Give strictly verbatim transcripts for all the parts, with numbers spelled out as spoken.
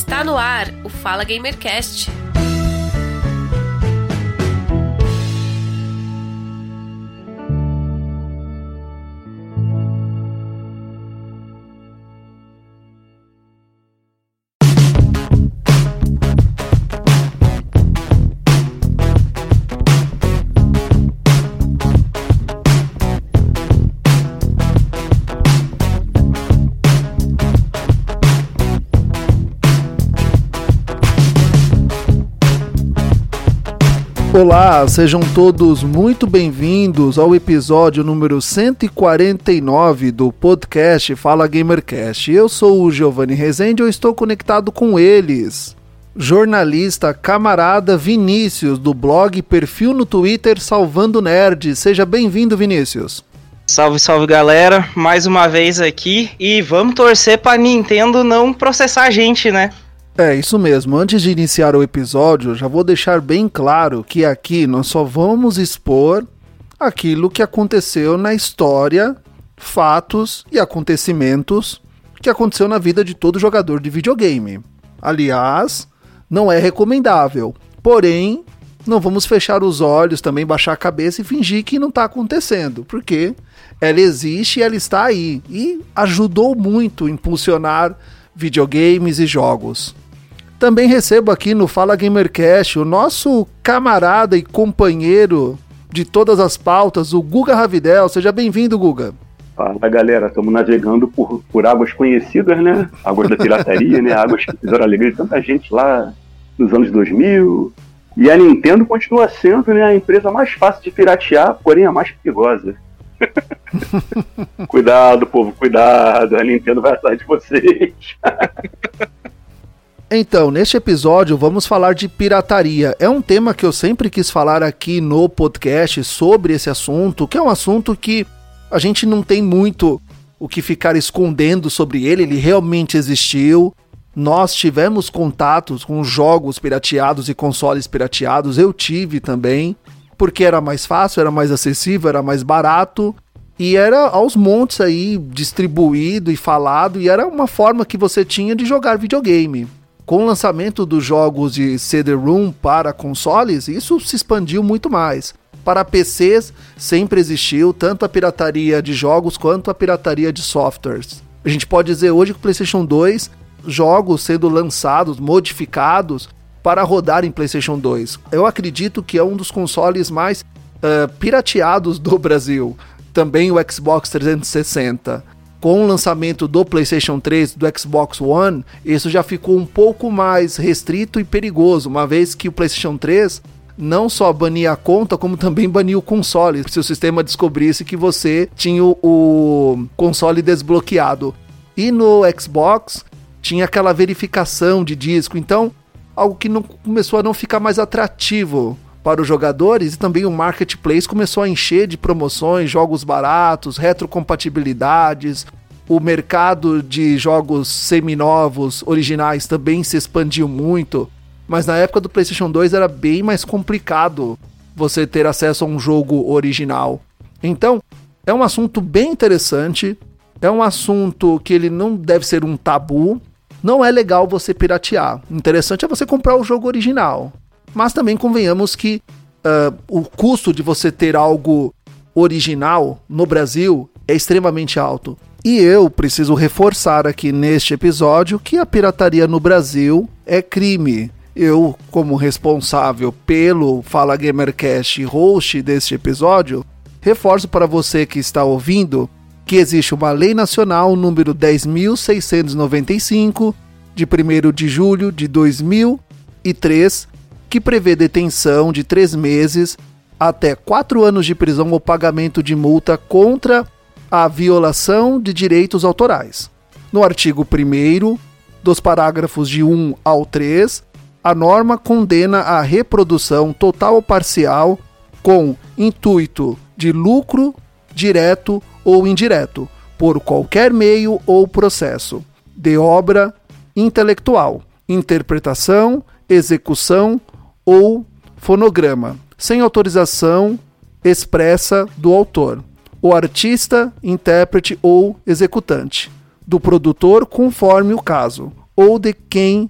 Está no ar o Fala Gamercast. Olá, sejam todos muito bem-vindos ao episódio número cento e quarenta e nove do podcast Fala Gamercast. Eu sou o Giovanni Rezende e eu estou conectado com eles. Jornalista camarada Vinícius, do blog Perfil no Twitter Salvando Nerd. Seja bem-vindo, Vinícius. Salve, salve, galera. Mais uma vez aqui e vamos torcer pra Nintendo não processar a gente, né? É, isso mesmo. Antes de iniciar o episódio, já vou deixar bem claro que aqui nós só vamos expor aquilo que aconteceu na história, fatos e acontecimentos que aconteceu na vida de todo jogador de videogame. Aliás, não é recomendável. Porém, não vamos fechar os olhos, também baixar a cabeça e fingir que não está acontecendo, porque ela existe e ela está aí e ajudou muito a impulsionar videogames e jogos. Também recebo aqui no Fala Gamercast o nosso camarada e companheiro de todas as pautas, o Guga Ravidel. Seja bem-vindo, Guga. Fala, galera. Estamos navegando por, por águas conhecidas, né? Águas da pirataria, né? Águas que fizeram alegria de tanta gente lá nos anos dois mil. E a Nintendo continua sendo, né, a empresa mais fácil de piratear, porém a mais perigosa. Cuidado, povo, cuidado. A Nintendo vai atrás de vocês. Então, neste episódio vamos falar de pirataria. É um tema que eu sempre quis falar aqui no podcast sobre esse assunto, que é um assunto que a gente não tem muito o que ficar escondendo sobre ele, ele realmente existiu. Nós tivemos contatos com jogos pirateados e consoles pirateados, eu tive também, porque era mais fácil, era mais acessível, era mais barato. E era aos montes aí, distribuído e falado, e era uma forma que você tinha de jogar videogame. Com o lançamento dos jogos de C D-ROM para consoles, isso se expandiu muito mais. Para P Cs, sempre existiu tanto a pirataria de jogos quanto a pirataria de softwares. A gente pode dizer hoje que o PlayStation dois, jogos sendo lançados, modificados, para rodar em PlayStation dois. Eu acredito que é um dos consoles mais uh, pirateados do Brasil. Também o Xbox trezentos e sessenta. Com o lançamento do PlayStation três, do Xbox One, isso já ficou um pouco mais restrito e perigoso, uma vez que o PlayStation três não só bania a conta, como também bania o console, se o sistema descobrisse que você tinha o console desbloqueado. E no Xbox tinha aquela verificação de disco, então algo que não, começou a não ficar mais atrativo para os jogadores, e também o marketplace começou a encher de promoções, jogos baratos, retrocompatibilidades. O mercado de jogos seminovos, originais, também se expandiu muito. Mas na época do PlayStation dois era bem mais complicado você ter acesso a um jogo original. Então, é um assunto bem interessante, é um assunto que ele não deve ser um tabu. Não é legal você piratear. O interessante é você comprar o jogo original. Mas também convenhamos que uh, o custo de você ter algo original no Brasil é extremamente alto. E eu preciso reforçar aqui neste episódio que a pirataria no Brasil é crime. Eu, como responsável pelo Fala Gamercast e host deste episódio, reforço para você que está ouvindo que existe uma lei nacional número dez mil seiscentos e noventa e cinco, de primeiro de julho de dois mil e três, que prevê detenção de três meses até quatro anos de prisão ou pagamento de multa contra a violação de direitos autorais. No artigo primeiro, dos parágrafos de um ao três, a norma condena a reprodução total ou parcial com intuito de lucro direto ou indireto, por qualquer meio ou processo, de obra intelectual, interpretação, execução ou fonograma, sem autorização expressa do autor, o artista, intérprete ou executante, do produtor conforme o caso, ou de quem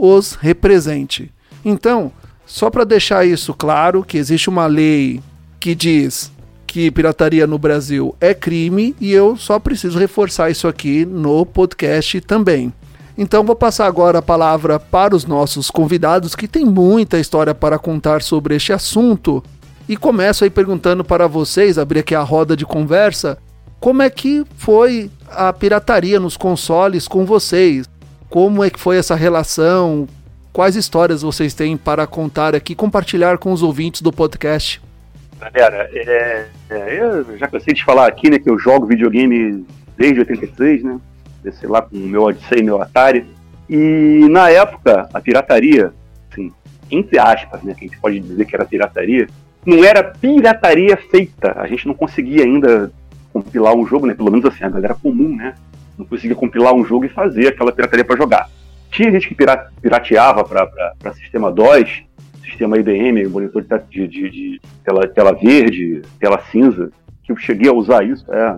os represente. Então, só para deixar isso claro, que existe uma lei que diz que pirataria no Brasil é crime e eu só preciso reforçar isso aqui no podcast também. Então vou passar agora a palavra para os nossos convidados que tem muita história para contar sobre este assunto e começo aí perguntando para vocês, abrir aqui a roda de conversa, como é que foi a pirataria nos consoles com vocês? Como é que foi essa relação? Quais histórias vocês têm para contar aqui, compartilhar com os ouvintes do podcast? Galera, é, é, eu já cansei de falar aqui, né, que eu jogo videogame desde oitenta e seis, né? Sei lá, com o meu Odyssey e meu Atari. E na época, a pirataria, assim, entre aspas, né, que a gente pode dizer que era pirataria, não era pirataria feita. A gente não conseguia ainda compilar um jogo, né? Pelo menos assim, a galera comum, né? Não conseguia compilar um jogo e fazer aquela pirataria para jogar. Tinha gente que pirateava para sistema DOS, sistema I B M, monitor de, de, de tela, tela verde, tela cinza, que eu cheguei a usar isso. É...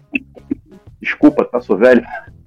Desculpa, tá? Sou velho.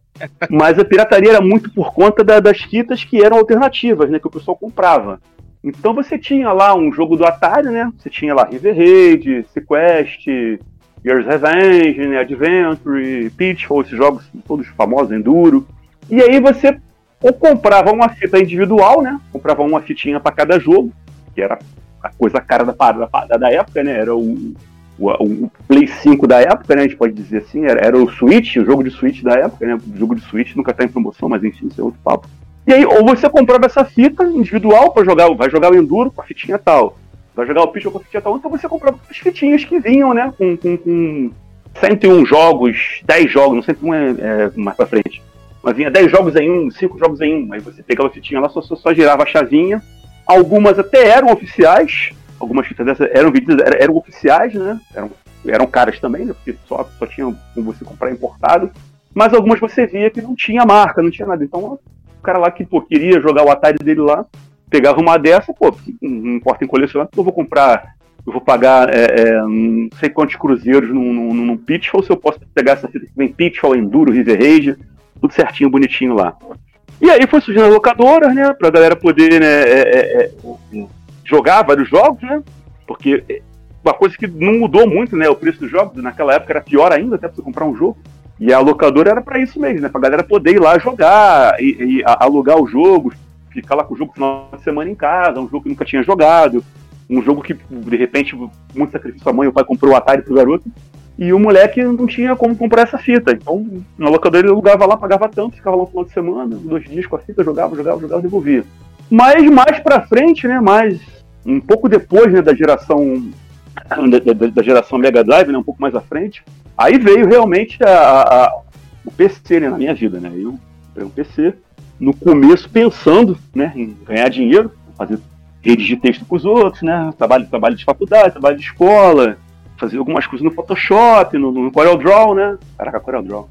Mas a pirataria era muito por conta da, das fitas que eram alternativas, né? Que o pessoal comprava. Então você tinha lá um jogo do Atari, né? Você tinha lá River Raid, Sequest, Year's Revenge, né? Adventure, Pitfall, esses jogos todos famosos, Enduro. E aí você ou comprava uma fita individual, né? Comprava uma fitinha para cada jogo, que era a coisa cara da, da, da época, né? Era o, o, o Play cinco da época, né? A gente pode dizer assim. Era, era o Switch, o jogo de Switch da época, né? O jogo de Switch nunca tá em promoção, mas enfim, isso é outro papo. E aí, ou você comprava essa fita individual para jogar, vai jogar o Enduro com a fitinha tal, vai jogar o Pitch com a fitinha tal, então você comprava as fitinhas que vinham, né? Com, com, com cento e um jogos, dez jogos, não cento e um é, é mais pra frente. Mas vinha dez jogos em um, cinco jogos em um. Aí você pegava a fitinha lá, só, só, só girava a chavinha. Algumas até eram oficiais, algumas fitas dessas eram vendidas, eram, eram oficiais, né? Eram, eram caras também, né? Porque só, só tinha como você comprar importado. Mas algumas você via que não tinha marca, não tinha nada. Então o cara lá que pô, queria jogar o Atari dele lá, pegava uma dessa, pô, não importa em colecionar, eu vou comprar, eu vou pagar é, é, não sei quantos cruzeiros num, num, num Pitfall, se eu posso pegar essa fita que vem Pitfall, Enduro, River Raid, tudo certinho, bonitinho lá. E aí foi surgindo as locadoras, né, pra galera poder, né, é, é, é, jogar vários jogos, né, porque uma coisa que não mudou muito, né, o preço dos jogos, naquela época era pior ainda, até pra você comprar um jogo. E a locadora era pra isso mesmo, né? Pra galera poder ir lá jogar e, e alugar o jogo, ficar lá com o jogo no final de semana em casa, um jogo que nunca tinha jogado, um jogo que, de repente, muito sacrifício, a mãe e o pai comprou o Atari pro garoto, e o moleque não tinha como comprar essa fita. Então, na locadora ele alugava lá, pagava tanto, ficava lá no final de semana, dois dias com a fita, jogava, jogava, jogava e devolvia. Mas mais pra frente, né? Mais um pouco depois, né, da geração... Da, da, da geração Mega Drive, né, um pouco mais à frente, aí veio realmente a, a, a, o P C, né, na minha vida, né, eu comprei um P C, no começo pensando, né, em ganhar dinheiro, fazer redes de texto com os outros, né, trabalho, trabalho de faculdade, trabalho de escola, fazer algumas coisas no Photoshop, no, no CorelDRAW, né, caraca, CorelDRAW.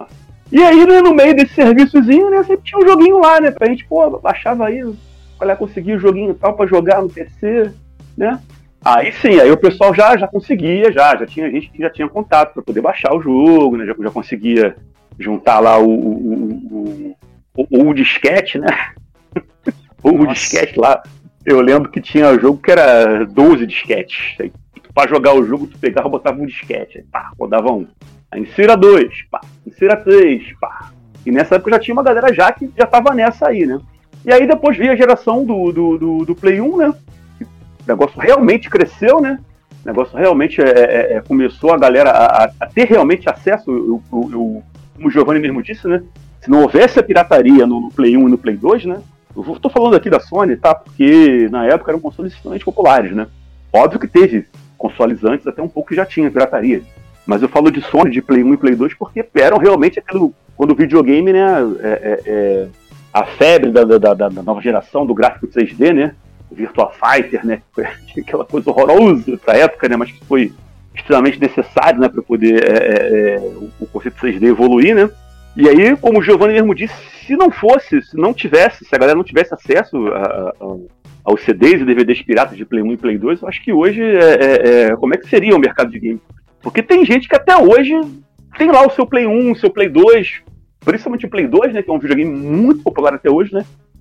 E aí, né, no meio desse serviçozinho, né, sempre tinha um joguinho lá, né, pra gente, pô, baixava aí, olha, conseguia o joguinho e tal pra jogar no P C, né. Aí sim, aí o pessoal já, já conseguia, já, já tinha gente que já tinha contato para poder baixar o jogo, né? Já, já conseguia juntar lá o, o, o, o, o disquete, né? o disquete lá. Eu lembro que tinha jogo que era doze disquetes. Para jogar o jogo, tu pegava e botava um disquete. Aí, pá, rodava um. Aí insira dois, pá, insira três, pá. E nessa época já tinha uma galera já que já tava nessa aí, né? E aí depois veio a geração do, do, do, do Play um, né? O negócio realmente cresceu, né? O negócio realmente é, é, é, começou a galera a, a ter realmente acesso, eu, eu, eu, como o Giovanni mesmo disse, né? Se não houvesse a pirataria no, no Play um e no Play dois, né? Eu estou falando aqui da Sony, tá? Porque na época eram consoles extremamente populares, né? Óbvio que teve consoles antes, até um pouco que já tinha pirataria. Mas eu falo de Sony, de Play um e Play dois, porque eram realmente aquilo, quando o videogame, né? É, é, é, a febre da, da, da, da nova geração do gráfico três D, né? Virtua Fighter, né? Foi aquela coisa horrorosa pra época, né? Mas que foi extremamente necessário, né? Para poder é, é, o conceito três D evoluir, né? E aí, como o Giovanni mesmo disse, se não fosse, se não tivesse, se a galera não tivesse acesso a, a, aos C Ds e D V Ds piratas de Play um e Play dois, eu acho que hoje é, é, é, como é que seria o mercado de game? Porque tem gente que até hoje tem lá o seu Play um, o seu Play dois, principalmente o Play dois, né? Que é um videogame muito popular até hoje, né?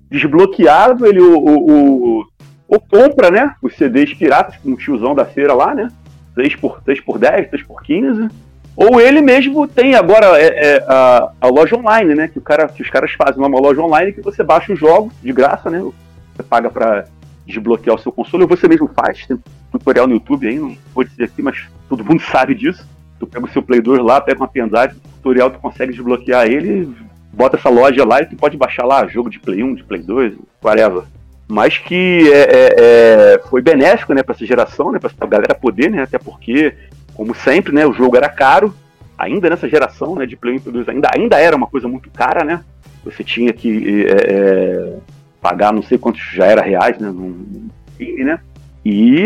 desbloqueado, ele o, o, o, o compra, né, os C Ds piratas, com o tiozão da feira lá, né, três por dez, três por quinze, ou ele mesmo tem agora é, é, a, a loja online, né, que, o cara, que os caras fazem uma loja online que você baixa os jogos de graça, né, você paga para desbloquear o seu console, ou você mesmo faz, tem tutorial no YouTube aí, não vou dizer aqui, mas todo mundo sabe disso. Tu pega o seu Play dois lá, pega uma pendrive, tutorial, tu consegue desbloquear ele, bota essa loja lá e tu pode baixar lá jogo de Play um, de Play dois, whatever. Mas que é, é, é, foi benéfico, né, pra essa geração, né, pra essa galera poder, né, até porque, como sempre, né, o jogo era caro, ainda nessa geração, né, de Play um e Play dois, ainda, ainda era uma coisa muito cara, né, você tinha que é, é, pagar não sei quantos já era reais, né, num, né, e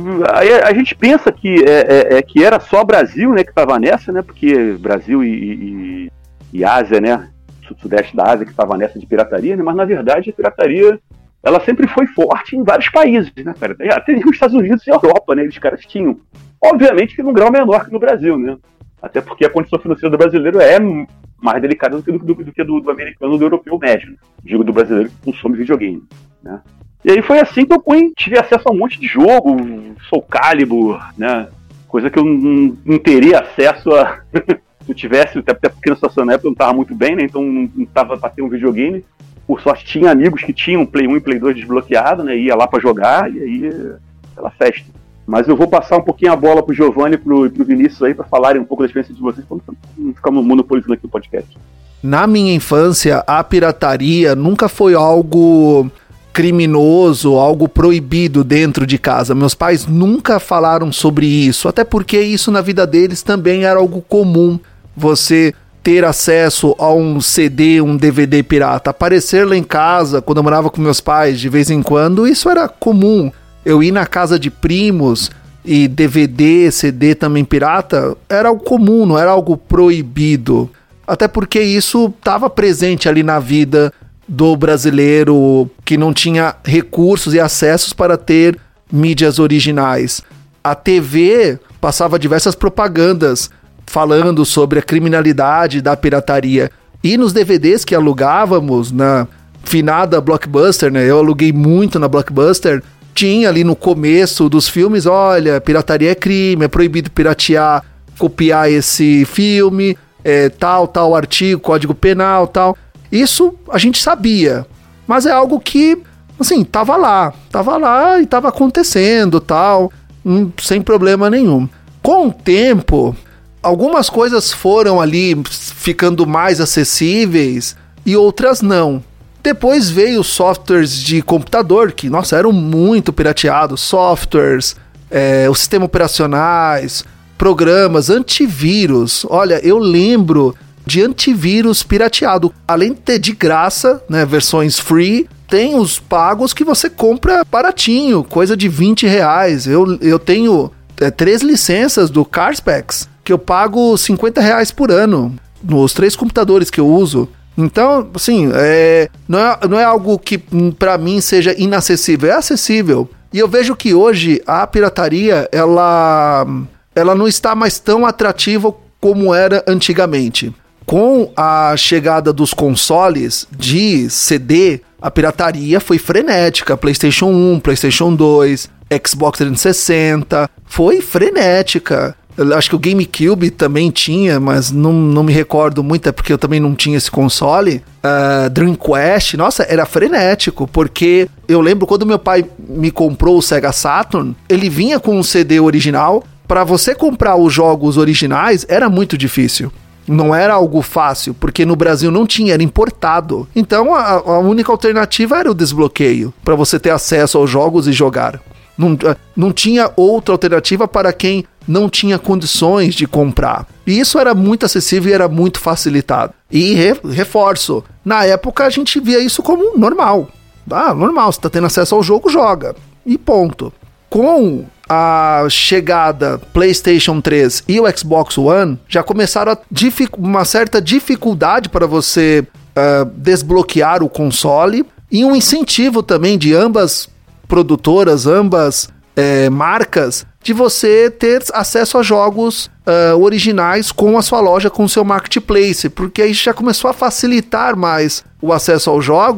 aí a gente pensa que, é, é, é, que era só Brasil, né, que estava nessa, né, porque Brasil e, e, e Ásia, né, sudeste da Ásia que estava nessa de pirataria, né, mas na verdade a pirataria ela sempre foi forte em vários países, né, cara, até nos Estados Unidos e Europa, né, os caras tinham, obviamente que num grau menor que no Brasil, né, até porque a condição financeira do brasileiro é mais delicada do que do, do, do, que do, do americano ou do europeu médio, né? Digo do brasileiro que consome videogame, né. E aí foi assim que eu tive acesso a um monte de jogo, Soul Calibur, né? Coisa que eu não, não teria acesso a... Se eu tivesse, até porque na situação na época eu não estava muito bem, né? Então não estava para ter um videogame. Por sorte tinha amigos que tinham Play um e Play dois desbloqueado, né? Ia lá para jogar e aí aquela festa. Mas eu vou passar um pouquinho a bola pro Giovanni e pro, pro Vinícius aí para falarem um pouco da experiência de vocês, para não ficar monopolizando aqui o podcast. Na minha infância, a pirataria nunca foi algo criminoso, algo proibido dentro de casa. Meus pais nunca falaram sobre isso, até porque isso na vida deles também era algo comum. Você ter acesso a um C D, um D V D pirata, aparecer lá em casa, quando eu morava com meus pais, de vez em quando, isso era comum. Eu ir na casa de primos e D V D, C D também pirata, era algo comum, não era algo proibido. Até porque isso estava presente ali na vida do brasileiro que não tinha recursos e acessos para ter mídias originais. A T V passava diversas propagandas falando sobre a criminalidade da pirataria. E nos D V Ds que alugávamos na finada Blockbuster, né? Eu aluguei muito na Blockbuster. Tinha ali no começo dos filmes, olha, pirataria é crime, é proibido piratear, copiar esse filme, é, tal, tal artigo, código penal, tal. Isso a gente sabia, mas é algo que, assim, tava lá, tava lá e tava acontecendo, tal, hum, sem problema nenhum. Com o tempo, algumas coisas foram ali ficando mais acessíveis e outras não. Depois veio softwares de computador, que, nossa, eram muito pirateados, softwares, é, os sistemas operacionais, programas, antivírus. Olha, eu lembro de antivírus pirateado. Além de ter de graça, né, versões free, tem os pagos que você compra baratinho, coisa de vinte reais. Eu, eu tenho é, três licenças do Carspecs, que eu pago cinquenta reais por ano, nos três computadores que eu uso. Então, assim, é, não, é, não é algo que pra mim seja inacessível, é acessível. E eu vejo que hoje a pirataria, ela, ela não está mais tão atrativa como era antigamente. Com a chegada dos consoles de C D, a pirataria foi frenética. PlayStation um, PlayStation dois, Xbox trezentos e sessenta, foi frenética. Eu acho que o GameCube também tinha, mas não, não me recordo muito, é porque eu também não tinha esse console. Uh, Dreamcast, nossa, era frenético, porque eu lembro quando meu pai me comprou o Sega Saturn, ele vinha com um C D original. Para você comprar os jogos originais, era muito difícil. Não era algo fácil, porque no Brasil não tinha, era importado. Então a, a única alternativa era o desbloqueio, para você ter acesso aos jogos e jogar. Não, não tinha outra alternativa para quem não tinha condições de comprar. E isso era muito acessível e era muito facilitado. E re, reforço, na época a gente via isso como normal. Ah, normal, você está tendo acesso ao jogo, joga. E ponto. Com a chegada PlayStation três e o Xbox One, já começaram a dific- uma certa dificuldade para você uh, desbloquear o console e um incentivo também de ambas produtoras, ambas é, marcas, de você ter acesso a jogos uh, originais com a sua loja, com o seu marketplace, porque aí já começou a facilitar mais o acesso aos jogos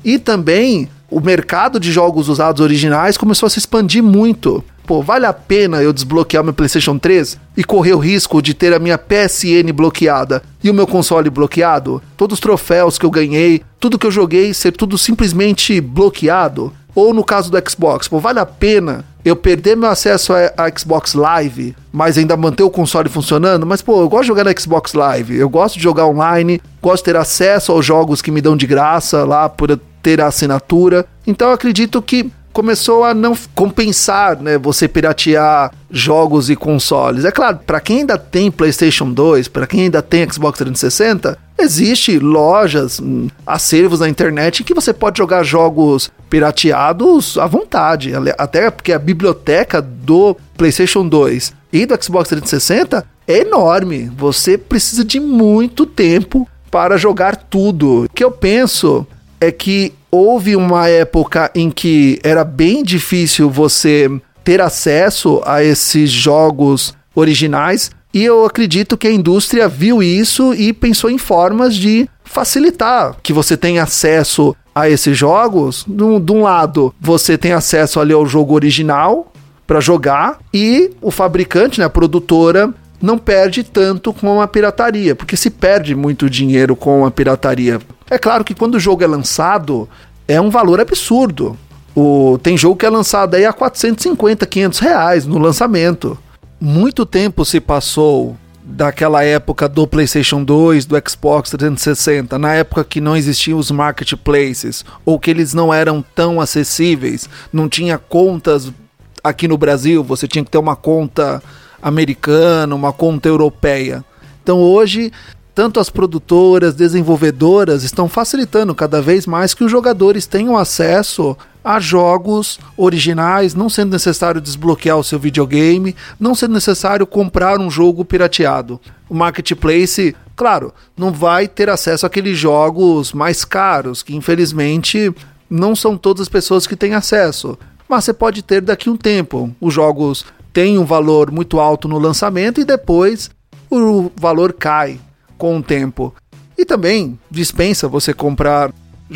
E também o mercado de jogos usados originais começou a se expandir muito. Pô, vale a pena eu desbloquear meu PlayStation três e correr o risco de ter a minha P S N bloqueada e o meu console bloqueado? Todos os troféus que eu ganhei, tudo que eu joguei ser tudo simplesmente bloqueado? Ou no caso do Xbox, pô, vale a pena eu perder meu acesso a Xbox Live, mas ainda manter o console funcionando? Mas, pô, eu gosto de jogar na Xbox Live, eu gosto de jogar online, gosto de ter acesso aos jogos que me dão de graça lá por eu ter a assinatura. Então eu acredito que começou a não compensar, né, você piratear jogos e consoles. É claro, para quem ainda tem PlayStation dois, para quem ainda tem Xbox trezentos e sessenta, existe lojas, acervos na internet em que você pode jogar jogos pirateados à vontade, até porque a biblioteca do PlayStation dois e do Xbox trezentos e sessenta é enorme. Você precisa de muito tempo para jogar tudo. O que eu penso é que houve uma época em que era bem difícil você ter acesso a esses jogos originais, e eu acredito que a indústria viu isso e pensou em formas de facilitar que você tenha acesso a esses jogos. De, de um lado, você tem acesso ali ao jogo original para jogar, e o fabricante, né, a produtora, não perde tanto com a pirataria, porque se perde muito dinheiro com a pirataria. É claro que quando o jogo é lançado, é um valor absurdo. O, tem jogo que é lançado aí a quatrocentos e cinquenta, quinhentos reais no lançamento. Muito tempo se passou daquela época do PlayStation dois, do Xbox trezentos e sessenta, na época que não existiam os marketplaces, ou que eles não eram tão acessíveis, não tinha contas aqui no Brasil, você tinha que ter uma conta americana, uma conta europeia. Então hoje, tanto as produtoras, desenvolvedoras estão facilitando cada vez mais que os jogadores tenham acesso a jogos originais, não sendo necessário desbloquear o seu videogame, não sendo necessário comprar um jogo pirateado. O Marketplace, claro, não vai ter acesso àqueles jogos mais caros, que infelizmente não são todas as pessoas que têm acesso, mas você pode ter daqui a um tempo. Os jogos têm um valor muito alto no lançamento e depois o valor cai com o tempo. E também dispensa você comprar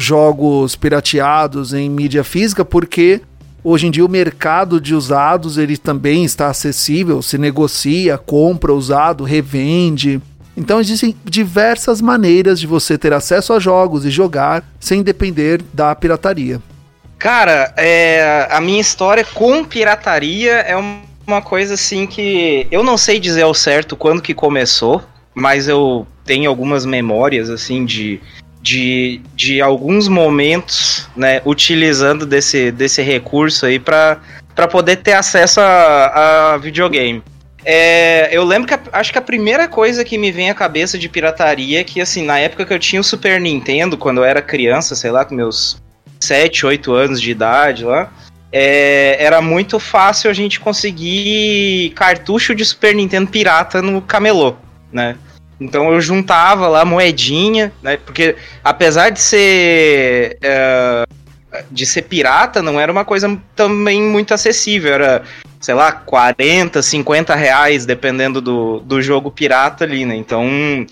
jogos pirateados em mídia física, porque hoje em dia o mercado de usados ele também está acessível, se negocia, compra usado, revende. Então existem diversas maneiras de você ter acesso a jogos e jogar sem depender da pirataria. Cara, é, a minha história com pirataria é uma coisa assim que eu não sei dizer ao certo quando que começou, mas eu tenho algumas memórias assim de, de, de alguns momentos, né, utilizando desse, desse recurso aí para poder ter acesso a, a videogame. É, eu lembro que a, acho que a primeira coisa que me vem à cabeça de pirataria é que, assim, na época que eu tinha o Super Nintendo, quando eu era criança, sei lá, com meus sete, oito anos de idade lá, é, era muito fácil a gente conseguir cartucho de Super Nintendo pirata no camelô, né? Então eu juntava lá moedinha, né? Porque apesar de ser é, de ser pirata, não era uma coisa também muito acessível, era, sei lá, quarenta, cinquenta reais, dependendo do, do jogo pirata ali, né? Então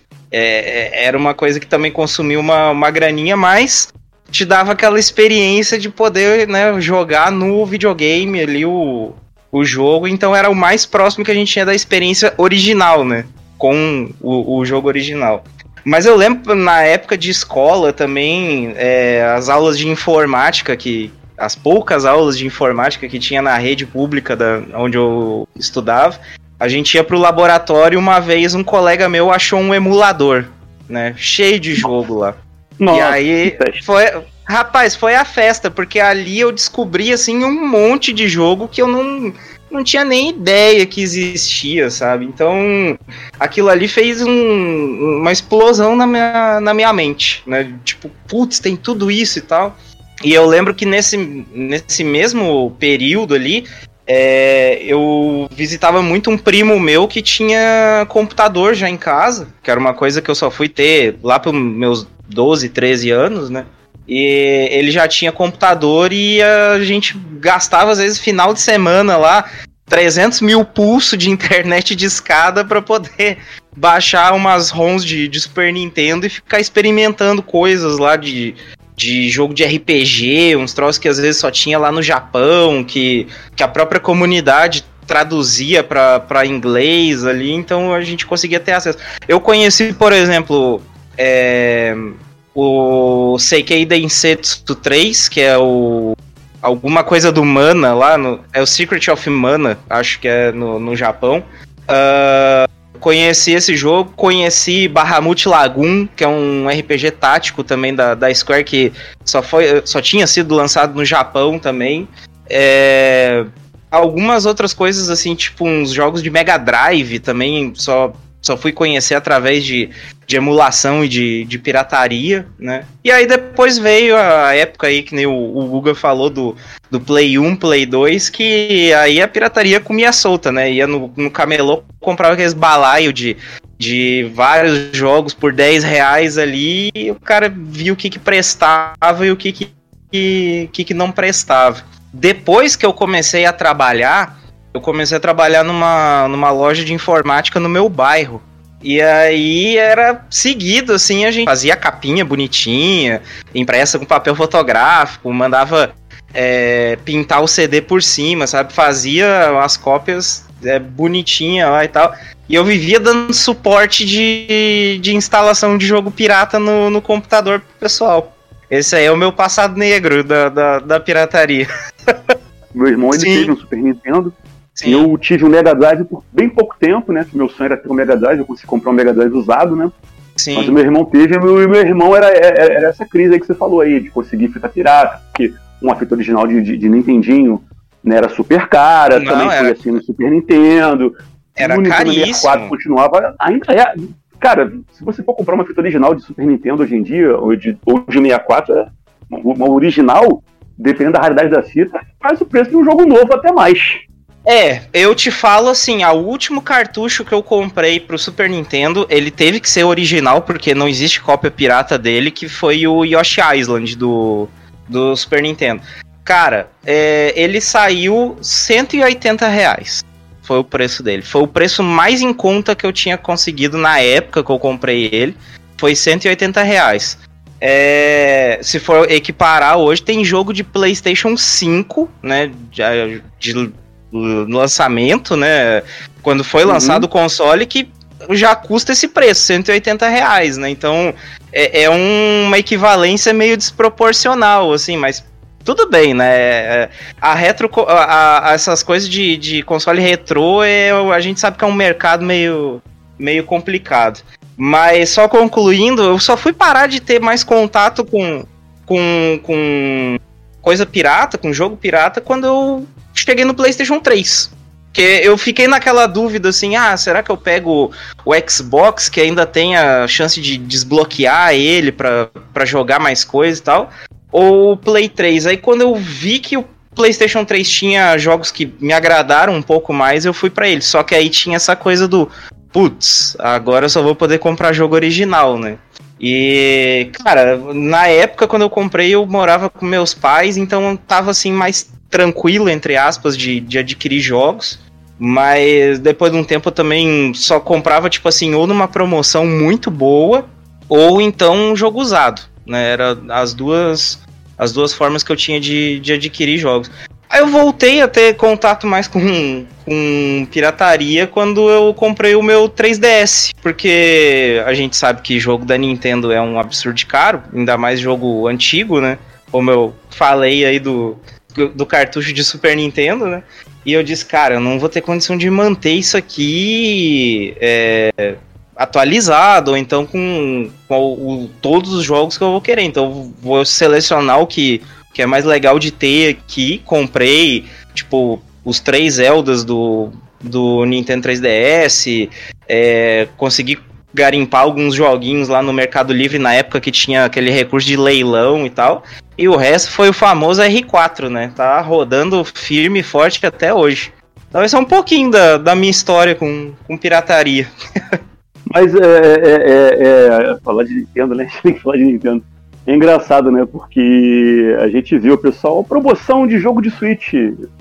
é, era uma coisa que também consumia uma, uma graninha, mas te dava aquela experiência de poder, né, jogar no videogame ali o, o jogo, então era o mais próximo que a gente tinha da experiência original, né, com o, o jogo original. Mas eu lembro, na época de escola também, é, as aulas de informática, que as poucas aulas de informática que tinha na rede pública da, onde eu estudava, a gente ia pro laboratório, uma vez um colega meu achou um emulador, né, cheio de jogo lá. Nossa, e aí, foi, rapaz, foi a festa, porque ali eu descobri, assim, um monte de jogo que eu não, não tinha nem ideia que existia, sabe? Então, aquilo ali fez um, uma explosão na minha, na minha mente, né? Tipo, putz, tem tudo isso e tal. E eu lembro que nesse, nesse mesmo período ali, é, eu visitava muito um primo meu que tinha computador já em casa, que era uma coisa que eu só fui ter lá para meus doze, treze anos, né? E ele já tinha computador e a gente gastava, às vezes, final de semana lá, trezentos mil pulso de internet de escada para poder baixar umas ROMs de, de Super Nintendo e ficar experimentando coisas lá de, de jogo de R P G, uns troços que às vezes só tinha lá no Japão, que, que a própria comunidade traduzia para inglês ali, então a gente conseguia ter acesso. Eu conheci, por exemplo, é, o Seikei Densetsu três, que é o alguma coisa do Mana lá, no, é o Secret of Mana, acho que é no, no Japão. Uh, conheci esse jogo, conheci Bahamut Lagoon, que é um R P G tático também da, da Square, que só, foi, só tinha sido lançado no Japão também. É, algumas outras coisas assim, tipo uns jogos de Mega Drive também, só, só fui conhecer através de, de emulação e de, de pirataria, né? E aí depois veio a época aí, que nem o, o Guga falou, do, do Play um, Play dois, que aí a pirataria comia solta, né? Ia no, no camelô, comprava aqueles balaio de, de vários jogos por dez reais ali, e o cara viu o que que prestava e o que que, que, que não prestava. Depois que eu comecei a trabalhar, eu comecei a trabalhar numa, numa loja de informática no meu bairro. E aí era seguido, assim, a gente fazia capinha bonitinha, impressa com papel fotográfico, mandava é, pintar o C D por cima, sabe? Fazia as cópias é, bonitinha lá e tal. E eu vivia dando suporte de, de instalação de jogo pirata no, no computador pro pessoal. Esse aí é o meu passado negro da, da, da pirataria. Meu irmão, ele Sim. teve um Super Nintendo. Sim. Eu tive um Mega Drive por bem pouco tempo, né? Meu sonho era ter um Mega Drive, eu consegui comprar um Mega Drive usado, né? Sim. Mas o meu irmão teve, e meu, meu irmão era, era, era essa crise aí que você falou aí, de conseguir fita pirata, porque uma fita original de, de, de Nintendinho, né, era super cara, Não, também era... foi assim no Super Nintendo. Era o Nintendo caríssimo. sessenta e quatro continuava, ainda é... Cara, se você for comprar uma fita original de Super Nintendo hoje em dia, ou de, ou de sessenta e quatro, é uma original, dependendo da raridade da fita, faz o preço de um jogo novo até mais. É, eu te falo assim, o último cartucho que eu comprei pro Super Nintendo, ele teve que ser original, porque não existe cópia pirata dele, que foi o Yoshi Island do, do Super Nintendo. Cara, é, ele saiu cento e oitenta reais, foi o preço dele. Foi o preço mais em conta que eu tinha conseguido na época que eu comprei ele, foi cento e oitenta reais. É, se for equiparar hoje, tem jogo de PlayStation cinco, né, de, de lançamento, né, quando foi uhum. lançado o console, que já custa esse preço, cento e oitenta reais, né, então é, é uma equivalência meio desproporcional, assim, mas tudo bem, né, a retro, a, a, essas coisas de, de console retrô, é, a gente sabe que é um mercado meio, meio complicado. Mas só concluindo, eu só fui parar de ter mais contato com, com, com coisa pirata, com jogo pirata, quando eu cheguei no PlayStation três. Porque eu fiquei naquela dúvida assim, ah, será que eu pego o Xbox, que ainda tem a chance de desbloquear ele pra, pra jogar mais coisa e tal, ou o Play três? Aí quando eu vi que o PlayStation três tinha jogos que me agradaram um pouco mais, eu fui pra ele. Só que aí tinha essa coisa do... Putz, agora eu só vou poder comprar jogo original, né? E, cara, na época quando eu comprei eu morava com meus pais, então eu tava assim mais tranquilo, entre aspas, de, de adquirir jogos. Mas depois de um tempo eu também só comprava, tipo assim, ou numa promoção muito boa, ou então um jogo usado, né? Era as duas, as duas formas que eu tinha de, de adquirir jogos. Aí eu voltei a ter contato mais com, com pirataria quando eu comprei o meu três D S, porque a gente sabe que jogo da Nintendo é um absurdo de caro, ainda mais jogo antigo, né? Como eu falei aí do, do cartucho de Super Nintendo, né? E eu disse, cara, eu não vou ter condição de manter isso aqui é, atualizado, ou então com, com o, o, todos os jogos que eu vou querer. Então eu vou selecionar o que... que é mais legal de ter aqui. Comprei, tipo, os três Zeldas do, do Nintendo três D S, é, consegui garimpar alguns joguinhos lá no Mercado Livre na época que tinha aquele recurso de leilão e tal, e o resto foi o famoso R quatro, né, tá rodando firme e forte até hoje. Então esse é um pouquinho da, da minha história com, com pirataria. Mas é, é, é, é falar de Nintendo, né, a gente tem que falar de Nintendo. É engraçado, né? Porque a gente viu, pessoal, a promoção de jogo de Switch,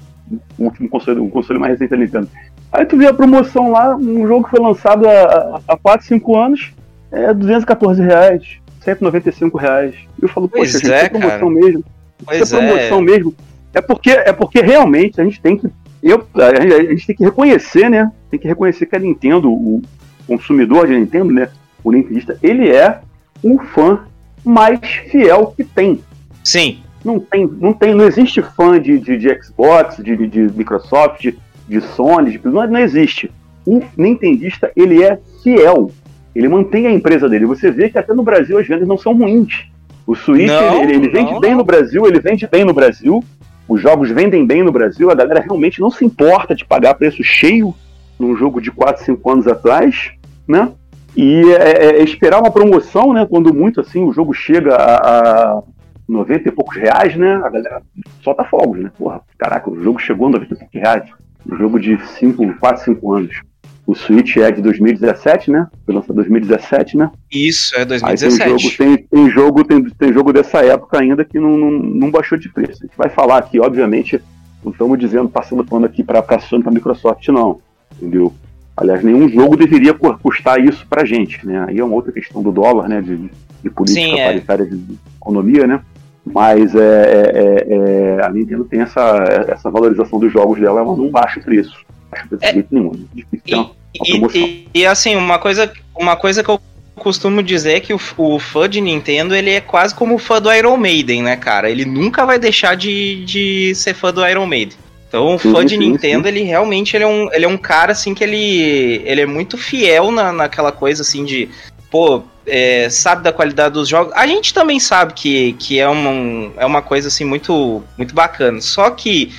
o último console, o console mais recente da Nintendo. Aí tu vê a promoção lá, um jogo que foi lançado há, há quatro, cinco anos, é duzentos e quatorze reais. cento e noventa e cinco reais. E eu falo, Pois poxa, gente, é, é promoção cara. mesmo. Pois é promoção é. mesmo. É porque, é porque realmente a gente tem que. Eu, a, gente, a gente tem que reconhecer, né? Tem que reconhecer que a Nintendo, o consumidor de Nintendo, né? O nintendista, ele é o fã mais fiel que tem. Sim. Não tem, não tem, não existe fã de, de, de Xbox, de, de Microsoft, de, de Sony, de, não, não existe. O nintendista, ele é fiel. Ele mantém a empresa dele. Você vê que até no Brasil as vendas não são ruins. O Switch, Não, ele, ele vende não, bem não. no Brasil, ele vende bem no Brasil. Os jogos vendem bem no Brasil. A galera realmente não se importa de pagar preço cheio num jogo de quatro, cinco anos atrás, né? E é, é esperar uma promoção, né? Quando muito assim o jogo chega a, a noventa e poucos reais, né? A galera solta fogos, né? Porra, caraca, o jogo chegou a noventa e poucos reais. Um jogo de quatro, cinco anos. O Switch é de dois mil e dezessete, né? Foi lançado em dois mil e dezessete, né? Isso, é dois mil e Aí tem dezessete. jogo, tem, tem, jogo, tem, tem jogo dessa época ainda que não, não, não baixou de preço. A gente vai falar aqui, obviamente, não estamos dizendo, passando pano aqui para a Sony, para a Microsoft, não. Entendeu? Aliás, nenhum jogo deveria custar isso pra gente, né? Aí é uma outra questão do dólar, né? De, de política Sim, é. paritária de economia, né? Mas é, é, é, a Nintendo tem essa, essa valorização dos jogos dela, ela não baixa o preço. Baixa o preço de É. jeito nenhum. É difícil ter uma, uma E, promoção. e, e, assim, uma coisa, uma coisa que eu costumo dizer é que o, o fã de Nintendo, ele é quase como o fã do Iron Maiden, né, cara? Ele nunca vai deixar de, de ser fã do Iron Maiden. Então, o Sim, fã de sim, Nintendo, sim. ele realmente ele é, um, ele é um cara, assim, que ele, ele é muito fiel na, naquela coisa, assim, de, pô, é, sabe da qualidade dos jogos. A gente também sabe que, que é, uma, é uma coisa, assim, muito, muito bacana. Só que,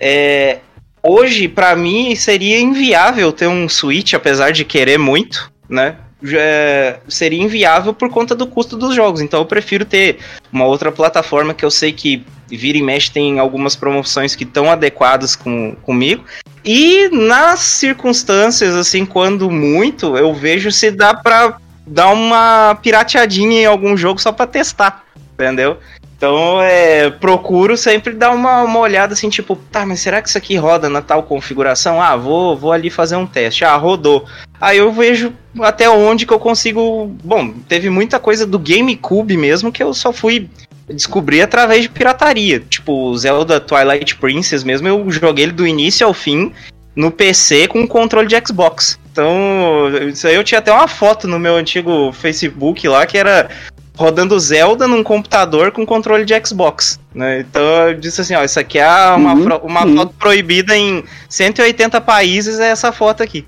é, hoje, pra mim, seria inviável ter um Switch, apesar de querer muito, né? É, seria inviável por conta do custo dos jogos. Então eu prefiro ter uma outra plataforma que eu sei que vira e mexe tem algumas promoções que estão adequadas com, comigo. E nas circunstâncias, assim, quando muito, eu vejo se dá pra dar uma pirateadinha em algum jogo só pra testar, entendeu? Então, é, procuro sempre dar uma, uma olhada assim, tipo, tá, mas será que isso aqui roda na tal configuração? Ah, vou, vou ali fazer um teste. Ah, rodou. Aí eu vejo até onde que eu consigo... Bom, teve muita coisa do GameCube mesmo que eu só fui descobrir através de pirataria. Tipo, o Zelda Twilight Princess mesmo, eu joguei ele do início ao fim no P C com controle de Xbox. Então, isso aí eu tinha até uma foto no meu antigo Facebook lá, que era... rodando Zelda num computador com controle de Xbox, né? Então eu disse assim, ó, isso aqui é uma, Uhum, fro- uma uhum. foto proibida em cento e oitenta países, é essa foto aqui.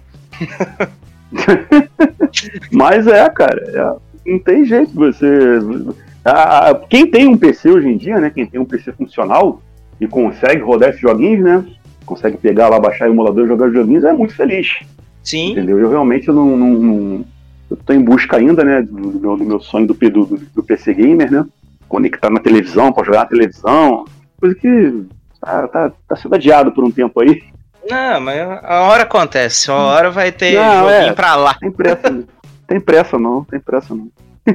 Mas é, cara, é, não tem jeito você... Ah, quem tem um P C hoje em dia, né? Quem tem um P C funcional e consegue rodar esses joguinhos, né? Consegue pegar lá, baixar o emulador e jogar os joguinhos, é muito feliz. Sim, Entendeu? Eu realmente não... não, não eu tô em busca ainda, né? Do, do, meu, do meu sonho do, do, do P C Gamer, né? Conectar na televisão, pra jogar na televisão. Coisa que tá, tá, tá sendo adiado por um tempo aí. não, mas a hora acontece, a hora vai ter Não, joguinho é. pra lá. Tem pressa, não. Tem pressa não, tem pressa não.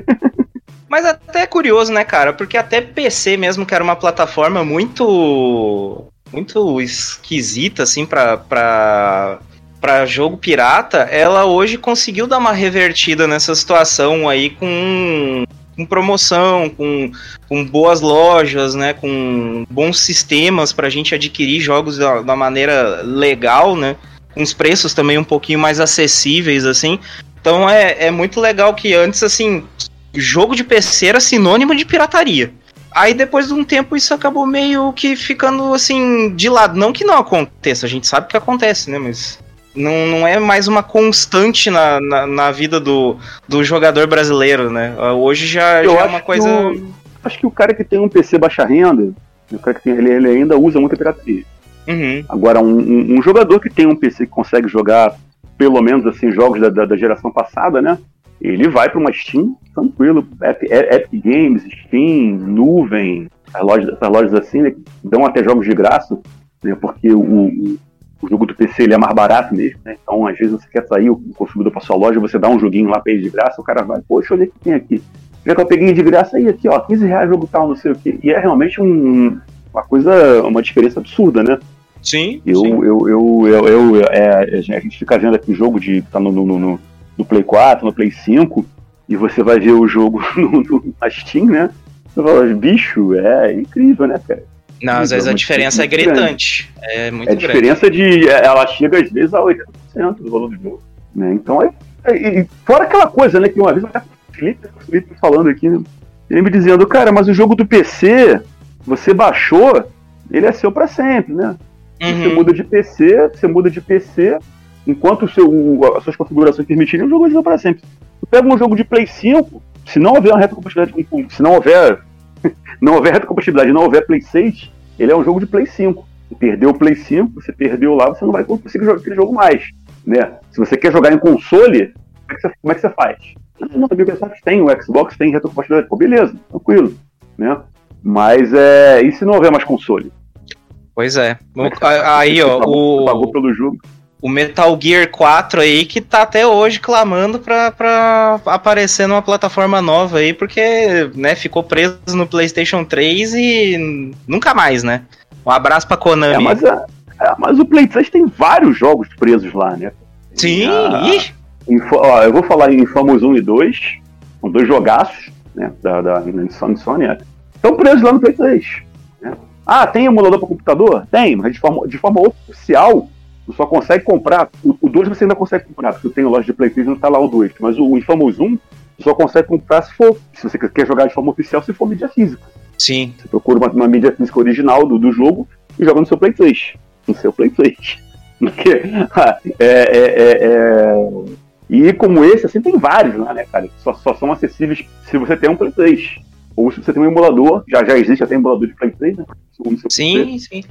Mas até é curioso, né, cara? Porque até P C mesmo, que era uma plataforma muito muito esquisita, assim, pra, pra, pra jogo pirata, ela hoje conseguiu dar uma revertida nessa situação aí com, com promoção, com, com boas lojas, né, com bons sistemas pra gente adquirir jogos da, da maneira legal, né, com os preços também um pouquinho mais acessíveis, assim. Então é, é muito legal que antes, assim, jogo de P C era sinônimo de pirataria. Aí depois de um tempo isso acabou meio que ficando assim de lado. Não que não aconteça, a gente sabe que acontece, né? Mas não, não é mais uma constante na, na, na vida do, do jogador brasileiro, né? Hoje já, Eu já é acho uma que coisa... o- Acho que o cara que tem um P C baixa renda, o cara que tem, ele, ele ainda usa muita pirataria. Uhum. Agora, um, um- um jogador que tem um P C que consegue jogar pelo menos assim jogos da, da, da geração passada, né? Ele vai para uma Steam tranquilo, Epic, Epic Games, Steam, Nuvem, as lojas, essas lojas assim, né, que dão até jogos de graça, né, porque o, o, o jogo do P C ele é mais barato mesmo, né, então às vezes você quer sair o consumidor para sua loja, você dá um joguinho lá para ele de graça, o cara vai, poxa, olha o que tem aqui, já que eu peguei de graça, aí aqui ó, quinze reais jogo tal, não sei o que, e é realmente um, uma coisa, uma diferença absurda, né. Sim, Eu, sim. eu, eu, eu, eu- é, a gente fica vendo aqui jogo de tá no, no, no, no Play quatro, no Play cinco, e você vai ver o jogo no, no, na Steam, né? Você fala, bicho, é incrível, né, cara? Não, às vezes a diferença é gritante. É muito grande. A diferença de... Ela chega às vezes a oitenta por cento do valor do jogo. Né? Então, é, é, fora aquela coisa, né, que uma vez eu até o Felipe, o Felipe falando aqui, né, ele me dizendo, cara, mas o jogo do P C, você baixou, ele é seu pra sempre, né? Uhum. Você muda de P C, você muda de P C, enquanto o seu, o, as suas configurações permitirem, o jogo é seu pra sempre. Você pega um jogo de Play cinco, se não houver uma retrocompatibilidade com, se não houver não houver retrocompatibilidade, não houver Play seis, ele é um jogo de Play cinco. Você perdeu o Play cinco, você perdeu lá, você não vai conseguir jogar aquele jogo mais, né? Se você quer jogar em console, como é que você, como é que você faz? Não, a Microsoft tem, o Xbox tem retrocompatibilidade, pô, beleza, tranquilo, né? Mas é, e se não houver mais console? Pois é. Aí, ó, o... pagou pelo jogo. O Metal Gear quatro aí que tá até hoje clamando pra, pra aparecer numa plataforma nova aí, porque, né, ficou preso no PlayStation três e nunca mais, né? Um abraço pra Konami. É, mas, é, é, mas o Play três tem vários jogos presos lá, né? Sim! A, info, ó, eu vou falar em Infamous um e dois, são dois jogaços, né, da, da Sony, estão presos lá no Play três. Né? Ah, tem emulador para computador? Tem, mas de forma, de forma oficial, você só consegue comprar. O dois você ainda consegue comprar, porque eu tenho loja de Play três e não tá lá o dois. Mas o Infamous um, você só consegue comprar se for, se você quer jogar de forma oficial, se for mídia física. Sim. Você procura uma, uma mídia física original do, do jogo e joga no seu Play três. No seu Play três. Porque, é, é, é, é... E como esse, assim, tem vários lá, né, cara? Só, só são acessíveis se você tem um Play três. Ou se você tem um emulador, já, já existe até emulador de Play três, né? Sim, sim.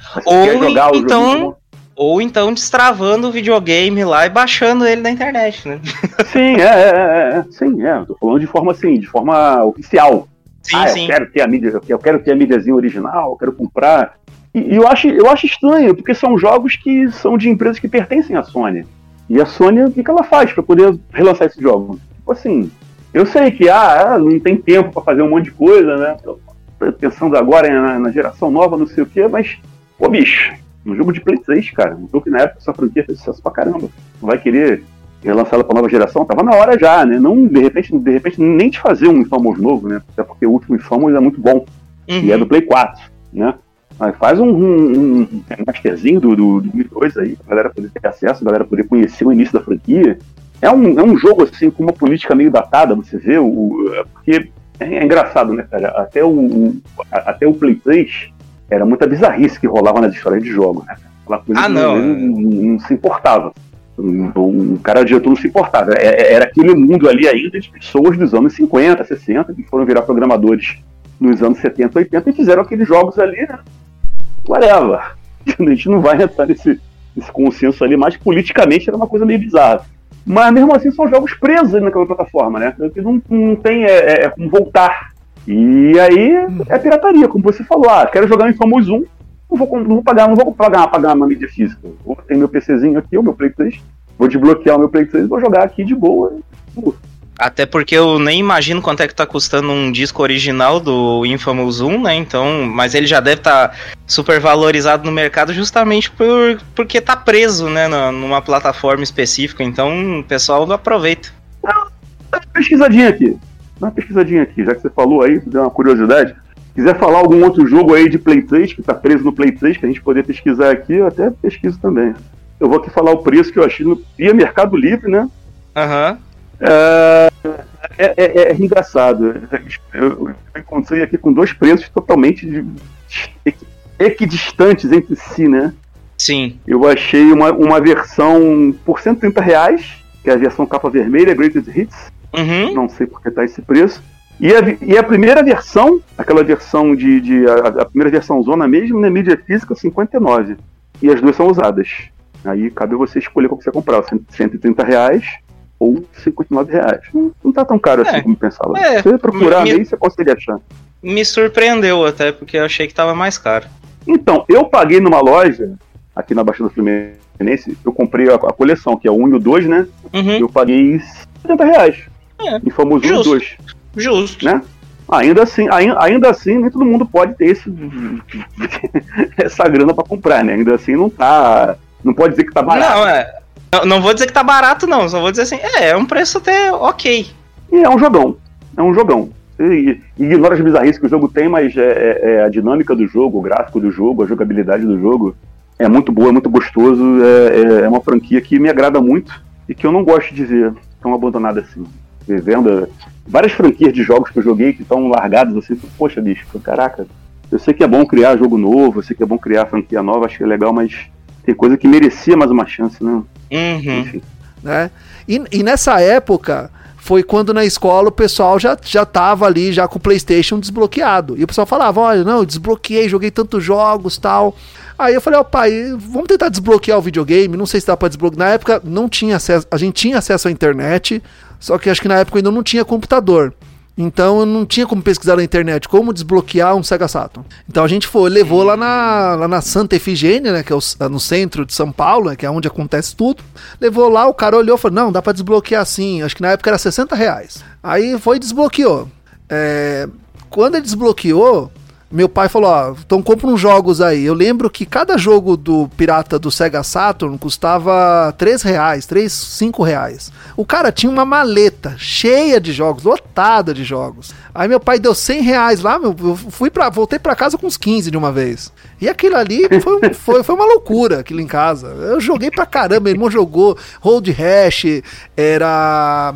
Ou então, ou então destravando o videogame lá e baixando ele na internet, né? Sim, é, é, é, sim, é. Tô falando de forma assim, de forma oficial. Sim, ah, sim. Eu quero ter a mídia, eu quero ter a mídiazinha original, eu quero comprar. E, e eu, acho, eu acho estranho, porque são jogos que são de empresas que pertencem à Sony. E a Sony, o que, que ela faz para poder relançar esses jogos? Tipo assim, eu sei que ah, não tem tempo para fazer um monte de coisa, né? Tô pensando agora na, na geração nova, não sei o quê, mas, pô, bicho, um jogo de Play três, cara, um jogo que na época essa franquia fez sucesso pra caramba. Não vai querer relançar ela pra nova geração? Tava na hora já, né? Não, de repente, de repente nem de fazer um Infamous novo, né? Até porque o último Infamous é muito bom. Uhum. E é do Play quatro, né? Mas faz um, um, um masterzinho do, do, do um e dois aí, pra galera poder ter acesso, a galera poder conhecer o início da franquia. É um, é um jogo, assim, com uma política meio datada, você vê, o, porque é, é engraçado, né, cara? Até o, o, até o Play três era muita bizarrice que rolava nas histórias de jogo, né? Aquela coisa ah, que não. Não, não, não se importava. O, o cara diretor não se importava. Era, era aquele mundo ali ainda de pessoas dos anos cinquenta, sessenta, que foram virar programadores nos anos setenta, oitenta e fizeram aqueles jogos ali, né? Whatever. A gente não vai entrar nesse, nesse consenso ali, mas politicamente era uma coisa meio bizarra. Mas mesmo assim são jogos presos ali naquela plataforma, né? Que não, não tem é, é, como voltar. E aí é pirataria, como você falou. Ah, quero jogar em Infamous um, não vou, não vou pagar, não vou pagar, pagar uma mídia física. Vou ter meu PCzinho aqui, o meu Play três, vou desbloquear o meu Play três e vou jogar aqui de boa. Até porque eu nem imagino quanto é que tá custando um disco original do Infamous um, né? Então, mas ele já deve estar tá super valorizado no mercado justamente por, porque tá preso, né, numa plataforma específica. Então, o pessoal aproveita. Ah, dá uma pesquisadinha aqui. Dá uma pesquisadinha aqui, já que você falou aí, deu uma curiosidade. Se quiser falar algum outro jogo aí de Play três, que tá preso no Play três, pra gente poder pesquisar aqui, eu até pesquiso também. Eu vou aqui falar o preço que eu achei no via Mercado Livre, né? Aham. Uhum. É, é, é, é engraçado. Eu, eu encontrei aqui com dois preços totalmente equidistantes entre si, né? Sim. Eu achei uma, uma versão por cento e trinta reais, que é a versão capa vermelha, Greatest Hits. Uhum. Não sei porque tá esse preço. E a, e a primeira versão, aquela versão de. de a, a primeira versão zona mesmo, né? Mídia física, cinquenta e nove. E as duas são usadas. Aí cabe você escolher qual que você comprar, cento e trinta reais ou cinquenta e nove reais. Não, não tá tão caro assim é, como pensava. É, se você procurar me, aí, você consegue achar. Me surpreendeu até, porque eu achei que tava mais caro. Então, eu paguei numa loja, aqui na Baixada Fluminense, eu comprei a, a coleção, que é o um e o dois, né? Uhum. Eu paguei setenta reais. É. Infamous um e dois. Justo. Né? Ainda assim, ainda, ainda assim, nem todo mundo pode ter esse, essa grana pra comprar, né? Ainda assim não tá. Não pode dizer que tá barato. Não, é. Não, não vou dizer que tá barato, não. Só vou dizer assim, é, é um preço até ok. E é um jogão, é um jogão. E, e ignora as bizarrices que o jogo tem, mas é, é, é a dinâmica do jogo, o gráfico do jogo, a jogabilidade do jogo é muito boa, é muito gostoso, é, é uma franquia que me agrada muito e que eu não gosto de ver tão abandonada assim. Vendo várias franquias de jogos que eu joguei que estão largadas assim, poxa, bicho, caraca, eu sei que é bom criar jogo novo, eu sei que é bom criar franquia nova, acho que é legal, mas tem coisa que merecia mais uma chance, né? Uhum. Enfim. Né? E, e nessa época foi quando na escola o pessoal já, já tava ali já com o PlayStation desbloqueado. E o pessoal falava, olha, não, eu desbloqueei, joguei tantos jogos e tal. Aí eu falei, ó, pai, vamos tentar desbloquear o videogame, não sei se dá pra desbloquear. Na época não tinha acesso, a gente tinha acesso à internet, só que acho que na época ainda não tinha computador. Então eu não tinha como pesquisar na internet como desbloquear um Sega Saturn. Então a gente foi, levou lá na, lá na Santa Efigênia, né, que é o, no centro de São Paulo, né, que é onde acontece tudo. Levou lá, o cara olhou e falou, não, dá pra desbloquear sim. Acho que na época era sessenta reais. Aí foi e desbloqueou. É, quando ele desbloqueou, meu pai falou, ó, então compra uns jogos aí. Eu lembro que cada jogo do pirata do Sega Saturn custava três reais, três, cinco reais. O cara tinha uma maleta cheia de jogos, lotada de jogos. Aí meu pai deu cem reais lá, meu, eu fui pra, voltei pra casa com uns quinze de uma vez. E aquilo ali foi, foi, foi uma loucura, aquilo em casa. Eu joguei pra caramba, meu irmão jogou Road Rash, era...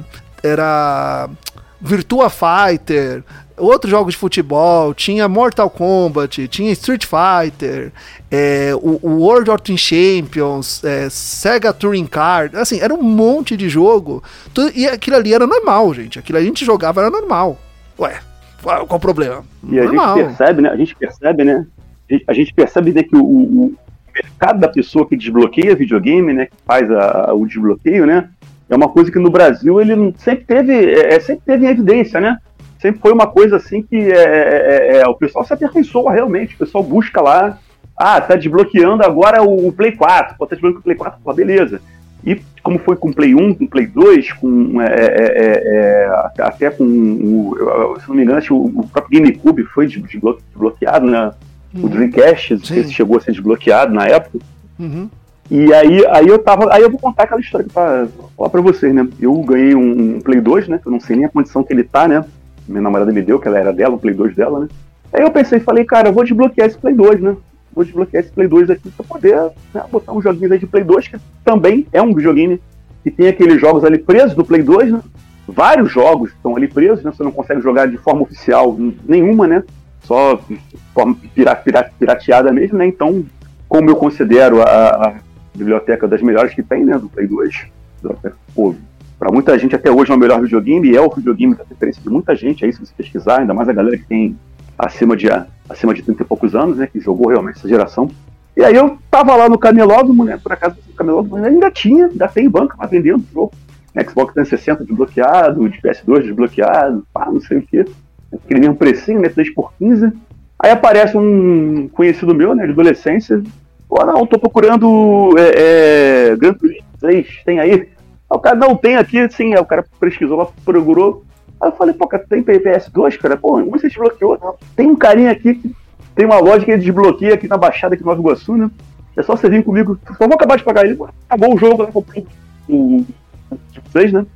era... Virtua Fighter, outros jogos de futebol, tinha Mortal Kombat, tinha Street Fighter, é, o, o World of Champions, é, Sega Touring Car, assim, era um monte de jogo, tudo, e aquilo ali era normal, gente, aquilo ali a gente jogava, era normal. Ué, qual, qual o problema? E a normal. gente percebe, né, a gente percebe, né, a gente percebe, né, que o, o mercado da pessoa que desbloqueia videogame, né, que faz a, a, o desbloqueio, né, é uma coisa que no Brasil ele sempre teve, é, sempre teve em evidência, né? Sempre foi uma coisa assim que é, é, é, o pessoal se aperfeiçoa realmente, o pessoal busca lá, ah, tá desbloqueando agora o, o Play quatro, pô, tá desbloqueando o Play quatro, pô, beleza. E como foi com o Play um, com o Play dois, com, é, é, é, até com o, se não me engano, acho que o, o próprio GameCube foi desbloqueado, né? Uhum. O Dreamcast chegou a ser desbloqueado na época. Uhum. E aí, aí eu tava. Aí eu vou contar aquela história pra falar pra vocês, né? Eu ganhei um, um Play dois, né? Eu não sei nem a condição que ele tá, né? Minha namorada me deu, que ela era dela, o Play dois dela, né? Aí eu pensei, falei, cara, eu vou desbloquear esse Play dois, né? Vou desbloquear esse Play dois aqui pra poder, né, botar um joguinho aí de Play dois, que também é um videogame que tem aqueles jogos ali presos do Play dois, né? Vários jogos estão ali presos, né? Você não consegue jogar de forma oficial nenhuma, né? Só de forma pirata, pirata, pirateada mesmo, né? Então, como eu considero a, a biblioteca das melhores que tem, né, do Play dois. Pô, pra muita gente até hoje é o melhor videogame, e é o videogame da referência de muita gente, aí se você pesquisar, ainda mais a galera que tem acima de, acima de trinta e poucos anos, né, que jogou realmente essa geração. E aí eu tava lá no Camelódromo, né, por acaso no Camelódromo ainda tinha, ainda tem banca lá vendendo o jogo. Xbox trezentos e sessenta desbloqueado, de P S dois desbloqueado, pá, não sei o que. Aquele mesmo precinho, né, três por quinze. Aí aparece um conhecido meu, né, de adolescência. Pô, não, tô procurando é, é, Gran Turismo três, tem aí? Aí o cara, não, tem aqui, sim, aí o cara pesquisou lá, procurou. Aí eu falei, pô, cara, tem P S dois, cara? Pô, onde você desbloqueou? Não, tem um carinha aqui, que tem uma loja que ele desbloqueia aqui na Baixada, aqui em Nova Iguaçu, né? É só você vir comigo, só vou acabar de pagar ele. Acabou o jogo, lá, comprei o três, né?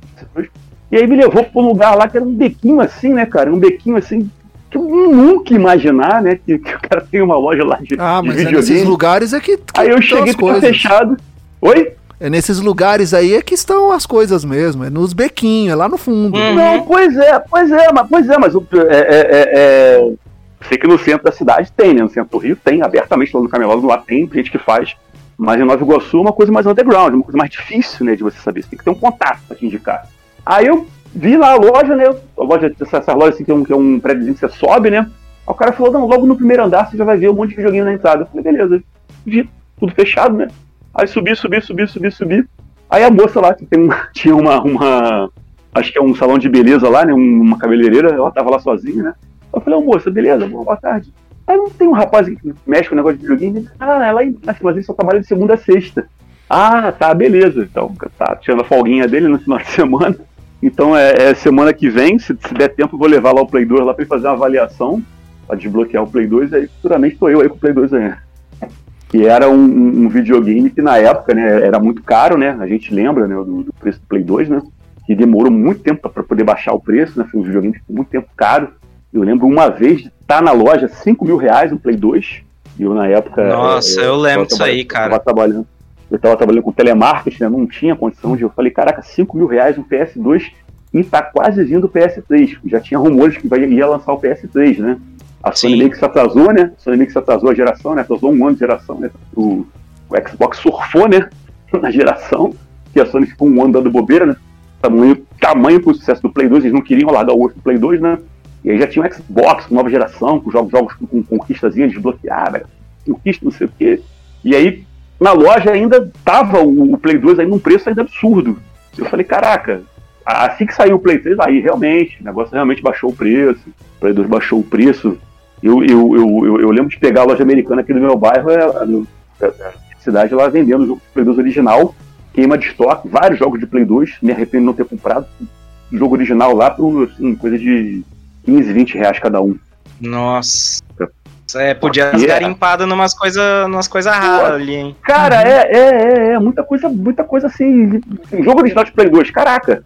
E aí me levou pra um lugar lá que era um bequinho assim, né, cara? Um bequinho assim, que eu nunca imaginar, né, que, que o cara tem uma loja lá de, ah, de mas videogame. É nesses lugares é que, que aí eu cheguei, tudo fechado. Oi? É nesses lugares aí é que estão as coisas mesmo, é nos bequinhos, é lá no fundo. Uhum. Não, pois é, pois é, mas, pois é, mas é, é, é, sei que no centro da cidade tem, né, no centro do Rio tem, abertamente lá no Camelódromo, lá tem gente que faz, mas em Nova Iguaçu é uma coisa mais underground, uma coisa mais difícil, né, de você saber, você tem que ter um contato pra te indicar. Aí eu vi lá a loja, né, a loja, essa, essa loja assim, que é um, que é um prédiozinho que você sobe, né, aí o cara falou, não, logo no primeiro andar você já vai ver um monte de videogame na entrada. Eu falei, beleza, vi, tudo fechado, né. Aí subi, subi, subi, subi, subi. Aí a moça lá, que tem um, tinha uma, uma, acho que é um salão de beleza lá, né, uma cabeleireira, ela tava lá sozinha, né. Eu falei, ô moça, beleza, boa tarde. Aí não tem um rapaz que mexe com o negócio de videogame? Ah, ela mas ele só trabalha de segunda a sexta. Ah, tá, beleza. Então, tá tirando a folguinha dele no final de semana. Então é, é semana que vem, se, se der tempo, eu vou levar lá o Play dois lá pra ele fazer uma avaliação, pra desbloquear o Play dois, e aí futuramente tô eu aí com o Play dois aí. Que era um, um videogame que na época, né, era muito caro, né? A gente lembra, né, do, do preço do Play dois, né? que demorou muito tempo para poder baixar o preço, né? Foi um videogame que ficou muito tempo caro. Eu lembro uma vez de estar na loja cinco mil reais no Play dois, e eu na época... Nossa, eu, eu lembro disso aí, cara. Eu tava trabalhando, eu tava trabalhando com telemarketing, né? Não tinha condição de... Eu falei, caraca, cinco mil reais no P S dois e tá quase vindo o P S três. Já tinha rumores que ia lançar o P S três, né? A Sony meio que se atrasou, né? A Sony meio que se atrasou a geração, né? Atrasou um ano de geração, né? O, o Xbox surfou, né? Na geração, que a Sony ficou um ano dando bobeira, né? Tamanho, tamanho pro sucesso do Play dois, eles não queriam largar o osso do Play dois, né? E aí já tinha um Xbox com nova geração, com jogos, jogos com conquistazinha desbloqueada, conquista não sei o quê. E aí, na loja ainda tava o, o Play dois aí num preço ainda absurdo. Eu falei, caraca, assim que saiu o Play três, aí realmente, o negócio realmente baixou o preço, o Play dois baixou o preço. Eu, eu, eu, eu, eu lembro de pegar a loja americana aqui do meu bairro, a, a, a cidade lá vendendo o jogo do Play dois original, queima de estoque, vários jogos de Play dois, me arrependo de não ter comprado o jogo original lá por assim, coisa de quinze, vinte reais cada um. Nossa. É, podia dar yeah. garimpada numas coisas numas coisa raras ali, hein? Cara, uhum. é, é, é, é, muita coisa, muita coisa assim. Jogo original de Play dois, caraca.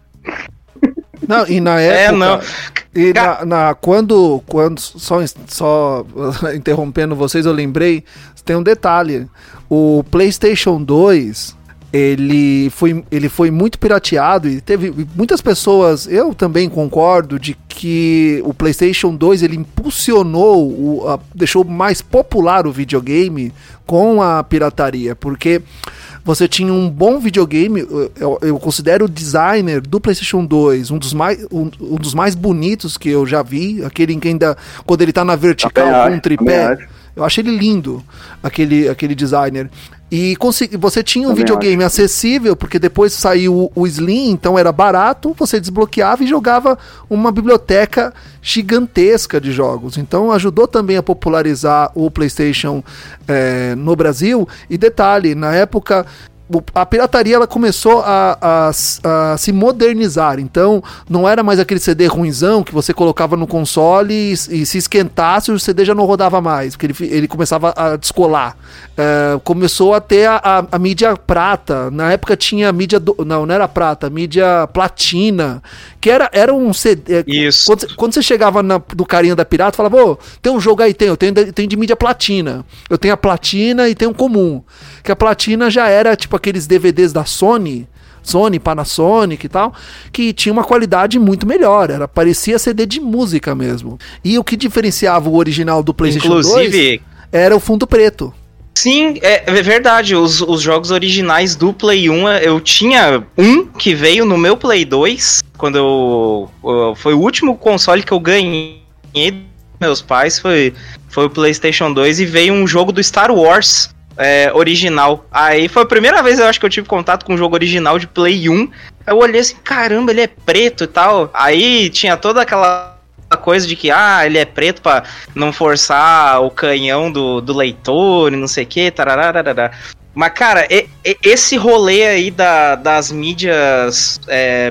Não, e na época. É, não. E na, na, quando. quando só, só interrompendo vocês, eu lembrei, tem um detalhe. O PlayStation dois. Ele foi, ele foi muito pirateado e teve muitas pessoas, eu também concordo, de que o PlayStation dois ele impulsionou, o, a, deixou mais popular o videogame com a pirataria, porque você tinha um bom videogame, eu, eu considero o designer do PlayStation dois um dos, mais, um, um dos mais bonitos que eu já vi, aquele em que ainda, quando ele tá na vertical com um tripé, eu acho ele lindo, aquele, aquele designer. E consegui, você tinha um Também videogame acho. acessível, porque depois saiu o, o Slim, então era barato, você desbloqueava e jogava uma biblioteca gigantesca de jogos. Então ajudou também a popularizar o PlayStation é, no Brasil. E detalhe, na época... a pirataria ela começou a, a, a se modernizar, então não era mais aquele C D ruinzão que você colocava no console e, e se esquentasse o C D já não rodava mais, porque ele, ele começava a descolar. É, começou a ter a, a, a mídia prata, na época tinha a mídia, do, não, não era prata, a mídia platina, que era, era um C D. Isso. Quando, quando você chegava na, do carinha da pirata, falava, ô, tem um jogo aí, tem, eu tenho, tenho de mídia platina, eu tenho a platina e tenho um comum, que a platina já era tipo aqueles D V Ds da Sony, Sony, Panasonic e tal, que tinha uma qualidade muito melhor, era, parecia C D de música mesmo. E o que diferenciava o original do PlayStation Inclusive, dois era o fundo preto. Sim, é, é verdade, os, os jogos originais do Play um, eu tinha um que veio no meu Play dois, quando eu, eu foi o último console que eu ganhei dos meus pais, foi, foi o PlayStation dois, e veio um jogo do Star Wars, É, original. Aí foi a primeira vez eu acho que eu tive contato com um jogo original de Play um. Eu olhei assim, caramba, ele é preto e tal. Aí tinha toda aquela coisa de que, ah, ele é preto pra não forçar o canhão do, do leitor e não sei o que, tararararara. Mas, cara, e, e, esse rolê aí da, das mídias é,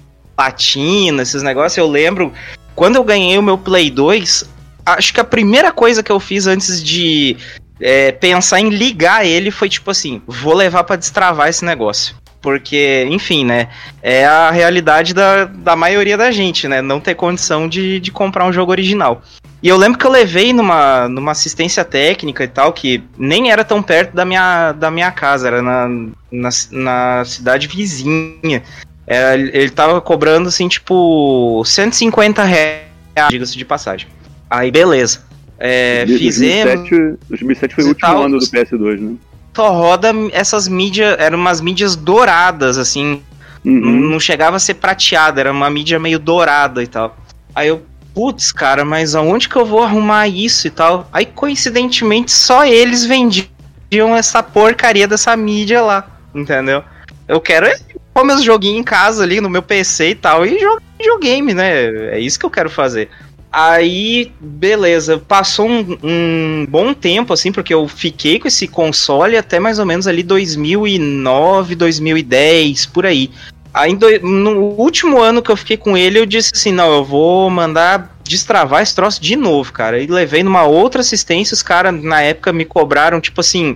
platina, esses negócios, eu lembro, quando eu ganhei o meu Play dois, acho que a primeira coisa que eu fiz antes de É, pensar em ligar ele foi tipo assim, vou levar pra destravar esse negócio, porque, enfim, né, é a realidade da, da maioria da gente, né, não ter condição de, de comprar um jogo original. E eu lembro que eu levei numa, numa assistência técnica e tal, que nem era tão perto da minha, da minha casa, era na, na, na cidade vizinha. Era, ele tava cobrando, assim, tipo, cento e cinquenta reais, diga-se de passagem. Aí, beleza. É, fizemos... dois mil e sete foi o último tal, ano do P S dois, né? Só roda essas mídias, eram umas mídias douradas, assim, uhum. não, não chegava a ser prateada, era uma mídia meio dourada e tal. Aí eu, putz, cara, mas aonde que eu vou arrumar isso e tal? Aí, coincidentemente, só eles vendiam essa porcaria dessa mídia lá, entendeu? Eu quero pôr meus joguinhos em casa ali, no meu P C e tal, e jogar videogame, né? É isso que eu quero fazer. Aí, beleza, passou um, um bom tempo, assim, porque eu fiquei com esse console até mais ou menos ali dois mil e nove, dois mil e dez, por aí. Aí, no último ano que eu fiquei com ele, eu disse assim, não, eu vou mandar destravar esse troço de novo, cara. E levei numa outra assistência, os caras, na época, me cobraram, tipo assim,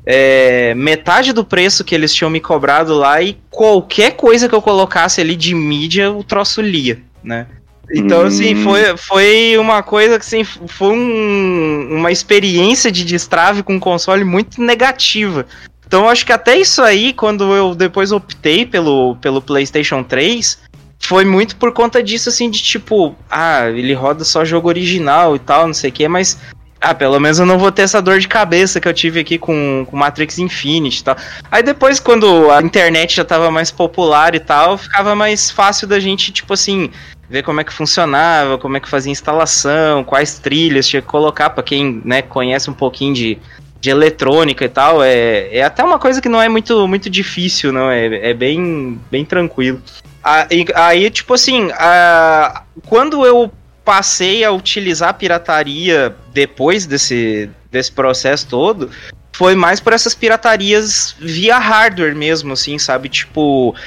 é, metade do preço que eles tinham me cobrado lá e qualquer coisa que eu colocasse ali de mídia, o troço lia, né? Então, hum. assim, foi, foi uma coisa que, assim, foi um, uma experiência de destrave com o console muito negativa. Então, eu acho que até isso aí, quando eu depois optei pelo, pelo PlayStation três, foi muito por conta disso, assim, de tipo, ah, ele roda só jogo original e tal, não sei o que, mas, ah, pelo menos eu não vou ter essa dor de cabeça que eu tive aqui com, com Matrix Infinity e tal. Aí depois, quando a internet já tava mais popular e tal, ficava mais fácil da gente, tipo assim, ver como é que funcionava, como é que fazia instalação, quais trilhas tinha que colocar, pra quem, né, conhece um pouquinho de, de eletrônica e tal, é, é até uma coisa que não é muito, muito difícil, não, é, é bem, bem tranquilo. Aí, aí, tipo assim, a, quando eu passei a utilizar a pirataria depois desse, desse processo todo, foi mais por essas piratarias via hardware mesmo, assim, sabe? Tipo,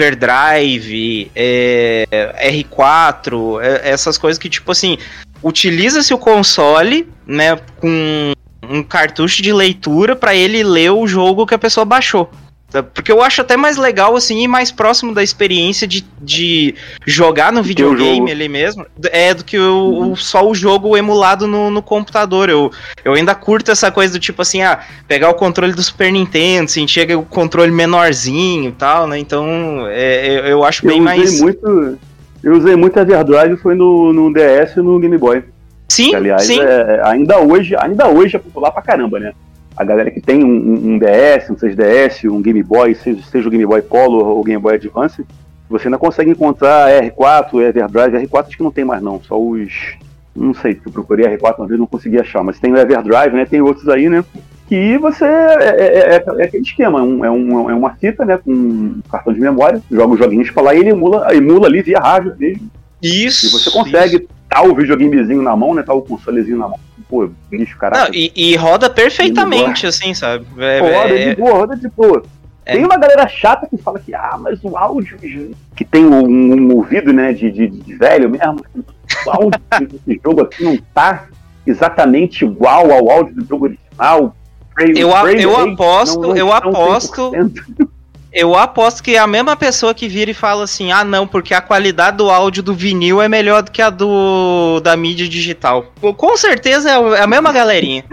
Everdrive, é, R quatro, é, essas coisas que, tipo assim, utiliza-se o console, né, com um cartucho de leitura para ele ler o jogo que a pessoa baixou. Porque eu acho até mais legal, assim, e mais próximo da experiência de, de jogar no videogame ali mesmo, é do que o, uhum. o, só o jogo emulado no, no computador. Eu, eu ainda curto essa coisa do tipo assim, ah, pegar o controle do Super Nintendo, assim, chega o controle menorzinho e tal, né? Então, é, eu, eu acho bem eu mais... Usei muito, eu usei muito a Everdrive, foi no, no D S e no Game Boy. Sim, que, aliás, sim. É, ainda, hoje, ainda hoje é popular pra caramba, né? A galera que tem um, um D S, um seis D S, um Game Boy, seja, seja o Game Boy Color ou o Game Boy Advance, você ainda consegue encontrar R quatro, Everdrive. R quatro acho que não tem mais não, só os... Não sei, eu procurei R quatro uma vez, não consegui achar, mas tem o Everdrive, né? Tem outros aí, né? Que você... É, é, é, é aquele esquema, é, um, é, um, é uma fita, né? Com um cartão de memória, joga os joguinhos pra lá e ele emula, emula ali via hardware mesmo. Isso. E você consegue... Isso. Tá o videogamezinho na mão, né? Tá o consolezinho na mão. Pô, bicho, caraca. Não, e, e roda perfeitamente, assim, sabe? É, roda é, de boa, roda de boa. É. Tem uma galera chata que fala que, ah, mas o áudio, que tem um, um ouvido, né, de, de, de velho mesmo, o áudio desse jogo aqui não tá exatamente igual ao áudio do jogo original. Frame, eu, frame eu aposto, não, não eu aposto... cem por cento. Eu aposto que é a mesma pessoa que vira e fala assim, ah não, porque a qualidade do áudio do vinil é melhor do que a do da mídia digital. Com certeza é a mesma galerinha.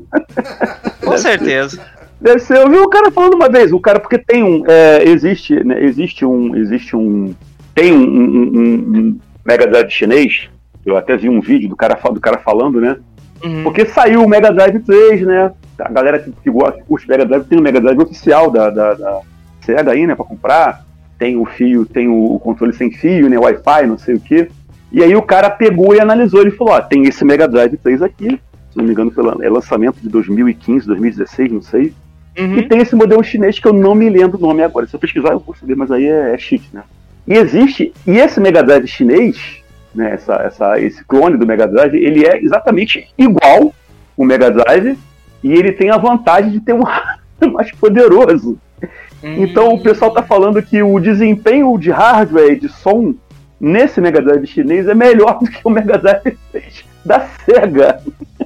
Com certeza. Deve ser, eu vi o cara falando uma vez, o cara, porque tem um, é, existe, né, existe um, existe um, tem um, um, um, um Mega Drive chinês, eu até vi um vídeo do cara, do cara falando, né, uhum. Porque saiu o Mega Drive três, né, a galera que, que gosta, que curte Mega Drive, tem o Mega Drive oficial da, da, da Sega aí, né, pra comprar, tem o fio, tem o controle sem fio, né, Wi-Fi, não sei o que, e aí o cara pegou e analisou, ele falou, ó, tem esse Mega Drive três aqui, se não me engano, pelo, é lançamento de dois mil e quinze, dois mil e dezesseis, não sei, uhum. E tem esse modelo chinês que eu não me lembro o nome agora, se eu pesquisar eu vou saber, mas aí é, é cheat, né, e existe, e esse Mega Drive chinês, né, essa, essa, esse clone do Mega Drive, ele é exatamente igual o Mega Drive, e ele tem a vantagem de ter um hardware mais poderoso. Então o pessoal tá falando que o desempenho de hardware e de som nesse Mega Drive chinês é melhor do que o Mega Drive da Sega.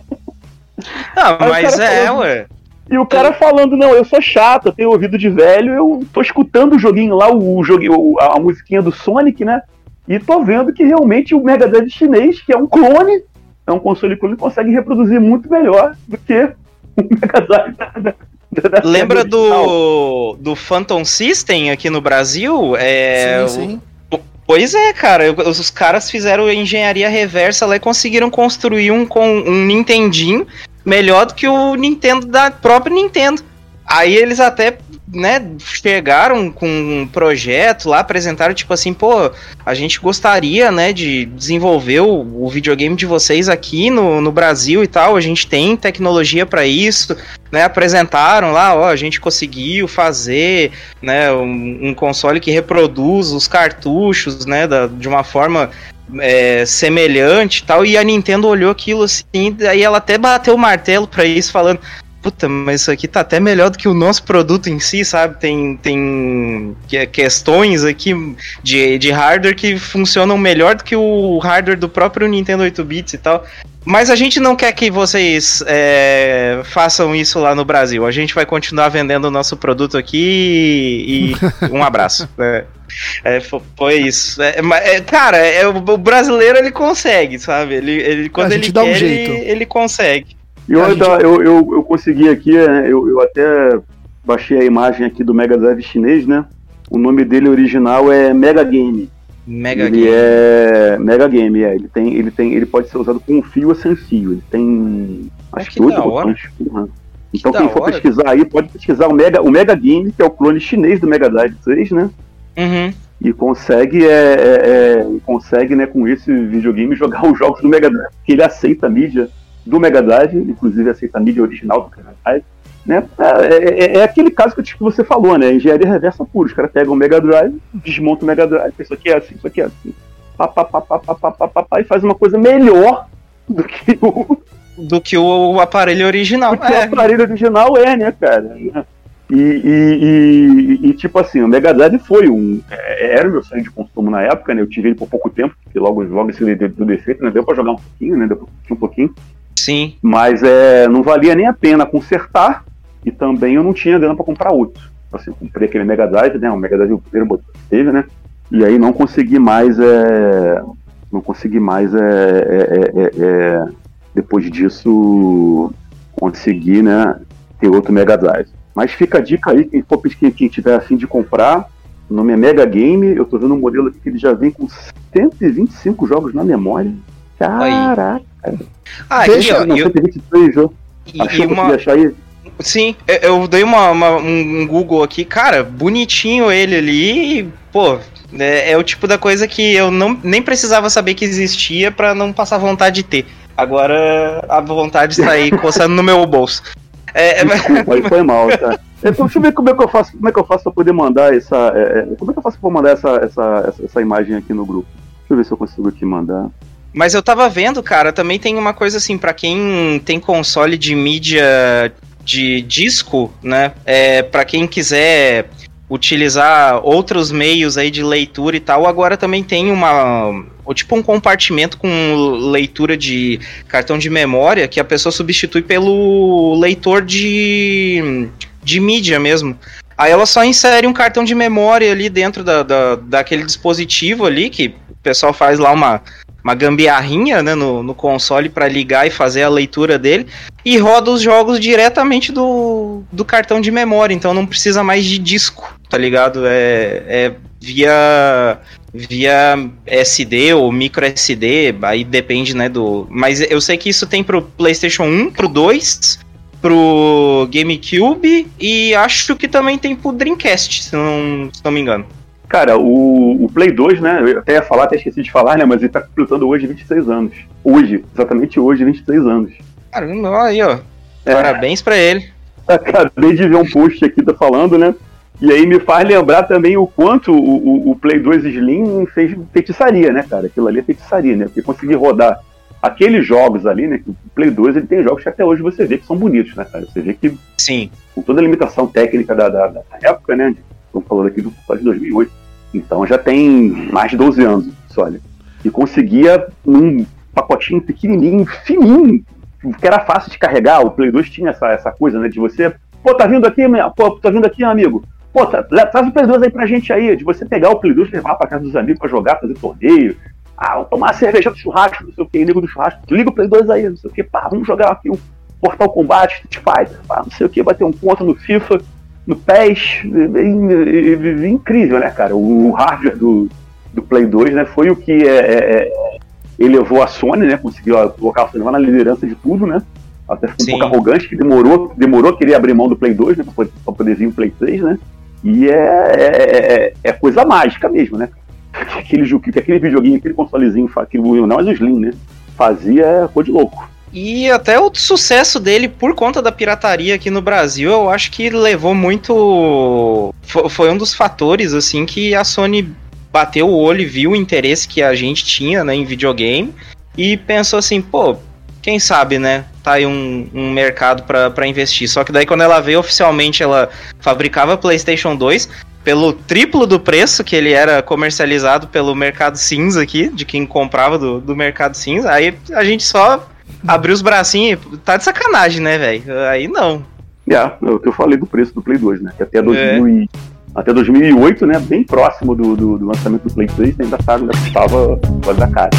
Ah, mas é, falando, ué. E o cara falando, não, eu sou chato, eu tenho ouvido de velho, eu tô escutando o joguinho lá, o joguinho, a musiquinha do Sonic, né? E tô vendo que realmente o Mega Drive chinês, que é um clone, é um console clone, consegue reproduzir muito melhor do que o Mega Drive da Lembra do, do Phantom System aqui no Brasil? É, sim, sim. O, pois é, cara. Os caras fizeram engenharia reversa lá e conseguiram construir um, um Nintendinho melhor do que o Nintendo da própria Nintendo. Aí eles até, né, chegaram com um projeto lá, apresentaram tipo assim, pô, a gente gostaria, né, de desenvolver o, o videogame de vocês aqui no, no Brasil e tal, a gente tem tecnologia para isso, né, apresentaram lá, ó, a gente conseguiu fazer, né, um, um console que reproduz os cartuchos, né, da, de uma forma é, semelhante e tal, e a Nintendo olhou aquilo assim, aí ela até bateu o martelo pra isso, falando, puta, mas isso aqui tá até melhor do que o nosso produto em si, sabe? Tem, tem questões aqui de, de hardware que funcionam melhor do que o hardware do próprio Nintendo oito bits e tal. Mas a gente não quer que vocês é, façam isso lá no Brasil. A gente vai continuar vendendo o nosso produto aqui e um abraço. É, é, foi isso. É, é, cara, é, o brasileiro ele consegue, sabe? Ele, ele, quando a ele gente dá quer, um jeito. Ele, ele consegue. E eu, gente... eu, eu, eu consegui aqui, eu, eu até baixei a imagem aqui do Mega Drive chinês, né? O nome dele original é Mega Game. Mega ele Game. é Mega Game, é. Ele tem, ele tem, ele pode ser usado com fio ou sem fio. Ele tem acho que oito botões. Uhum. Então quem for hora. pesquisar aí pode pesquisar o Mega, o Mega Game, que é o clone chinês do Mega Drive três, né? Uhum. E consegue, é, é, é, consegue, né, com esse videogame jogar os jogos do Mega Drive, porque ele aceita a mídia do Mega Drive, inclusive aceita a mídia original do Mega Drive, né? É, é, é aquele caso que você falou, né? Engenharia reversa pura. Os caras pegam o Mega Drive, desmontam o Mega Drive, isso aqui é assim, isso aqui é assim, pá, pá, pá, pá, pá, pá, pá, pá, e faz uma coisa melhor do que o do que o aparelho original. Do que é. o aparelho original é, né, cara? E, e, e, e tipo assim, o Mega Drive foi um. Era o meu sonho de consumo na época, né? Eu tive ele por pouco tempo, porque logo, logo esse do defeito, né? Deu pra jogar um pouquinho, né? Deu um pouquinho. Sim. Mas é, não valia nem a pena consertar, e também eu não tinha grana pra comprar outro. Assim, eu comprei aquele Mega Drive, né? O Mega Drive o primeiro botão que teve, né? E aí não consegui mais. É, não consegui mais. É, é, é, é, depois disso, consegui, né? Ter outro Mega Drive. Mas fica a dica aí, quem, for, quem, quem tiver a fim de comprar, o nome é Mega Game, eu tô vendo um modelo aqui que ele já vem com cento e vinte e cinco jogos na memória. Caraca! Ah, Deixa, aqui, ó, não, eu... cento e vinte e três, ó. E, Achou e que uma... eu achar aí? Sim, eu dei uma, uma, um Google aqui, cara, bonitinho ele ali, e, pô, é, é o tipo da coisa que eu não, nem precisava saber que existia pra não passar vontade de ter. Agora a vontade está aí coçando no meu bolso. É, Desculpa, aí foi mal, tá? Então, deixa eu ver como é que eu faço, como é que eu faço pra poder mandar essa. É, como é que eu faço pra mandar essa, essa, essa, essa imagem aqui no grupo? Deixa eu ver se eu consigo aqui mandar. Mas eu tava vendo, cara, também tem uma coisa assim, pra quem tem console de mídia de disco, né? É, pra quem quiser utilizar outros meios aí de leitura e tal, agora também tem uma... ou tipo um compartimento com leitura de cartão de memória que a pessoa substitui pelo leitor de, de mídia mesmo. Aí ela só insere um cartão de memória ali dentro da, da, daquele dispositivo ali, que o pessoal faz lá uma, uma gambiarrinha, né, no, no console para ligar e fazer a leitura dele, e roda os jogos diretamente do, do cartão de memória, então não precisa mais de disco, tá ligado? É, é via... via S D ou micro S D, aí depende, né, do... Mas eu sei que isso tem pro PlayStation um, pro dois, pro GameCube e acho que também tem pro Dreamcast, se não, se não me engano. Cara, o, o Play dois, né, eu até ia falar, até esqueci de falar, né, mas ele tá completando hoje vinte e seis anos. Hoje, exatamente hoje, vinte e seis anos. Caramba, aí, ó. É. Parabéns pra ele. Acabei de ver um post aqui, tá falando, né? E aí me faz lembrar também o quanto o, o, o Play dois Slim fez feitiçaria, né, cara? Aquilo ali é feitiçaria, né? Porque conseguir rodar aqueles jogos ali, né? Que o Play dois ele tem jogos que até hoje você vê que são bonitos, né, cara? Você vê que, sim, com toda a limitação técnica da, da, da época, né? Estamos falando aqui do console de dois mil e oito. Então já tem mais de doze anos, olha. E conseguia num pacotinho pequenininho, fininho, que era fácil de carregar. O Play dois tinha essa, essa coisa, né? De você, pô, tá vindo aqui, minha, pô, tá vindo aqui, amigo. Pô, tá, traz o Play dois aí pra gente aí, de você pegar o Play dois e levar pra casa dos amigos pra jogar, fazer torneio. Ah, vou tomar a cerveja do churrasco, não sei o que, amigo do churrasco. Liga o Play dois aí, não sei o que, pá, vamos jogar aqui um Mortal Kombat, Street Fighter, pá, não sei o que, bater um ponto no FIFA, no P E S. É, é, é incrível, né, cara? O hardware do, do Play dois, né, foi o que é, é, elevou a Sony, né, conseguiu colocar a Sony lá na liderança de tudo, né? Até ficou um pouco arrogante, que demorou, demorou a querer abrir mão do Play dois, né, pra poder, pra poder vir o Play três, né? E é, é, é coisa mágica mesmo, né? Aquele, aquele videoguinho, aquele consolezinho, aquele, não, mas o Slim, né? Fazia coisa de louco. E até o sucesso dele por conta da pirataria aqui no Brasil, eu acho que levou muito... Foi um dos fatores, assim, que a Sony bateu o olho e viu o interesse que a gente tinha, né, em videogame, e pensou assim, pô, quem sabe, né? tá aí um, um mercado pra, pra investir. Só que daí quando ela veio oficialmente, ela fabricava PlayStation dois pelo triplo do preço que ele era comercializado pelo mercado cinza aqui, de quem comprava do, do mercado cinza. Aí a gente só abriu os bracinhos, tá de sacanagem, né, velho? Aí não. É, é o que eu falei do preço do Play dois, né? Que até, dois mil e, até dois mil e oito, né? Bem próximo do, do, do lançamento do Play três, ainda estava ainda custava fora da cara.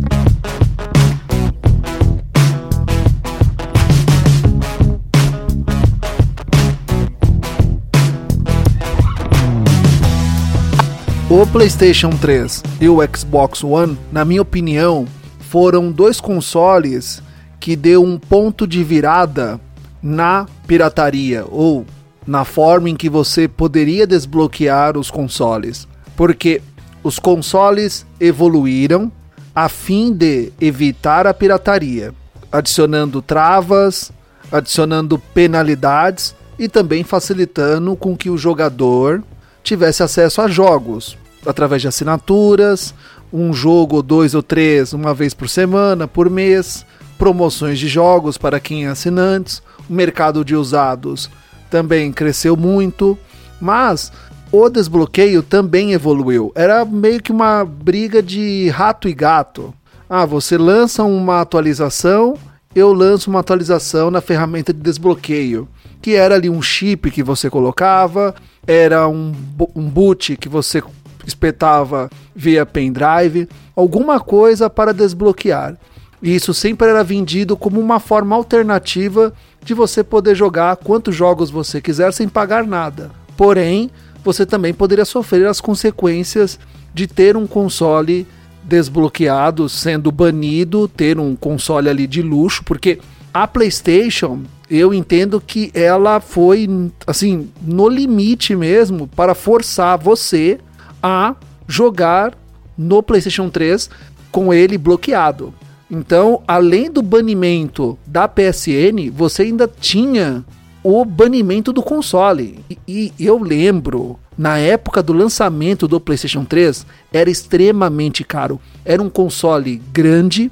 O PlayStation três e o Xbox One, na minha opinião, foram dois consoles que deu um ponto de virada na pirataria, ou na forma em que você poderia desbloquear os consoles. Porque os consoles evoluíram a fim de evitar a pirataria, adicionando travas, adicionando penalidades e também facilitando com que o jogador tivesse acesso a jogos através de assinaturas, um jogo, dois ou três, uma vez por semana, por mês, promoções de jogos para quem é assinantes. O mercado de usados também cresceu muito, mas o desbloqueio também evoluiu. Era meio que uma briga de rato e gato. Ah, você lança uma atualização, eu lanço uma atualização na ferramenta de desbloqueio, que era ali um chip que você colocava, era um, um boot que você espetava via pendrive, alguma coisa para desbloquear. E isso sempre era vendido como uma forma alternativa de você poder jogar quantos jogos você quiser sem pagar nada. Porém, você também poderia sofrer as consequências de ter um console desbloqueado, sendo banido, ter um console ali de luxo, porque a PlayStation, eu entendo que ela foi, assim, no limite mesmo para forçar você a jogar no PlayStation três com ele bloqueado. Então, além do banimento da P S N, você ainda tinha o banimento do console. E, e eu lembro, na época do lançamento do PlayStation três, era extremamente caro. Era um console grande,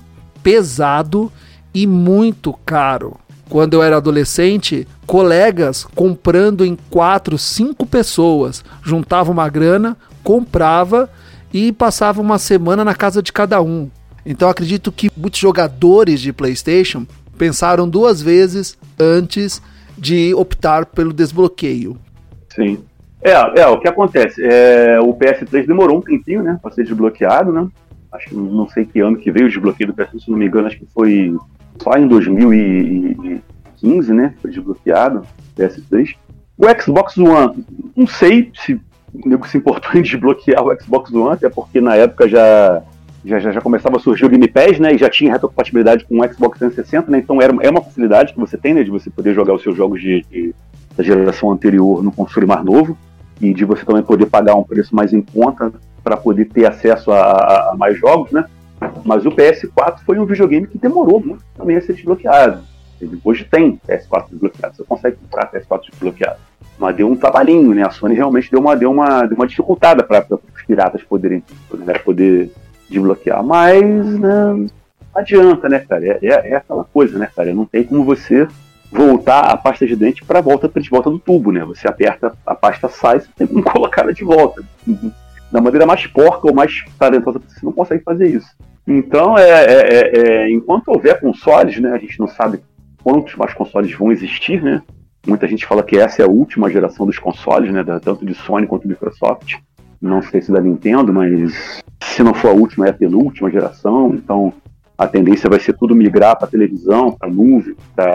pesado e muito caro. Quando eu era adolescente, colegas comprando em quatro, cinco pessoas, juntava uma grana, comprava e passava uma semana na casa de cada um. Então acredito que muitos jogadores de PlayStation pensaram duas vezes antes de optar pelo desbloqueio. Sim. É, é o que acontece. É, o P S três demorou um tempinho, né, para ser desbloqueado, né? Acho que não sei que ano que veio o desbloqueio do P S três, se não me engano, acho que foi só em dois mil e quinze, né? Foi desbloqueado o P S três. O Xbox One, não sei se o nego se importou em desbloquear o Xbox One, até porque na época já, já, já, já começava a surgir o Game Pass, né? E já tinha retrocompatibilidade com o Xbox trezentos e sessenta, né? Então era, é uma facilidade que você tem, né? De você poder jogar os seus jogos de, de, da geração anterior no console mais novo e de você também poder pagar um preço mais em conta para poder ter acesso a, a, a mais jogos, né? Mas o P S quatro foi um videogame que demorou muito também a ser desbloqueado. Hoje tem P S quatro desbloqueado, você consegue comprar P S quatro desbloqueado. Mas deu um trabalhinho, né? A Sony realmente deu uma, deu uma, deu uma dificultada para os piratas poderem né, poder desbloquear. Mas né, não adianta, né, cara? É, é, é aquela coisa, né, cara? Não tem como você voltar a pasta de dente para volta, de volta do tubo, né? Você aperta, a pasta sai, você tem como colocar ela de volta. Da maneira mais porca ou mais talentosa, você não consegue fazer isso. Então, é, é, é, enquanto houver consoles, né? A gente não sabe quantos mais consoles vão existir, né? Muita gente fala que essa é a última geração dos consoles, né? Tanto de Sony quanto de Microsoft. Não sei se da Nintendo, mas se não for a última, é a penúltima geração. Então, a tendência vai ser tudo migrar para televisão, para nuvem,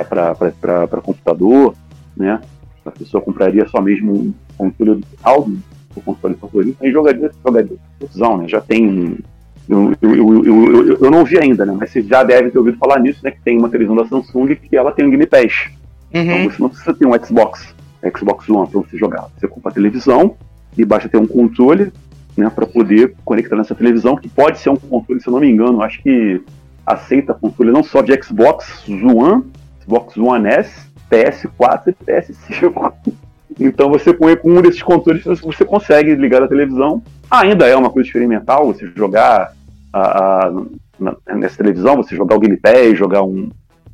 para computador, né? A pessoa compraria só mesmo um controle áudio, o controle favorito, e jogaria, jogaria televisão, né? Já tem... Eu, eu, eu, eu, eu, eu não vi ainda, né? Mas vocês já devem ter ouvido falar nisso, né? Que tem uma televisão da Samsung que ela tem um Game Pass. Uhum. Então você não precisa ter um Xbox, Xbox One para você jogar. Você compra a televisão e basta ter um controle, né? Para poder conectar nessa televisão, que pode ser um controle, se eu não me engano, acho que aceita controle não só de Xbox One, Xbox One S, P S quatro e P S cinco. Então você com um desses controles você consegue ligar a televisão. Ainda é uma coisa experimental você jogar a, a, na, nessa televisão, você jogar o Game Pass, jogar um,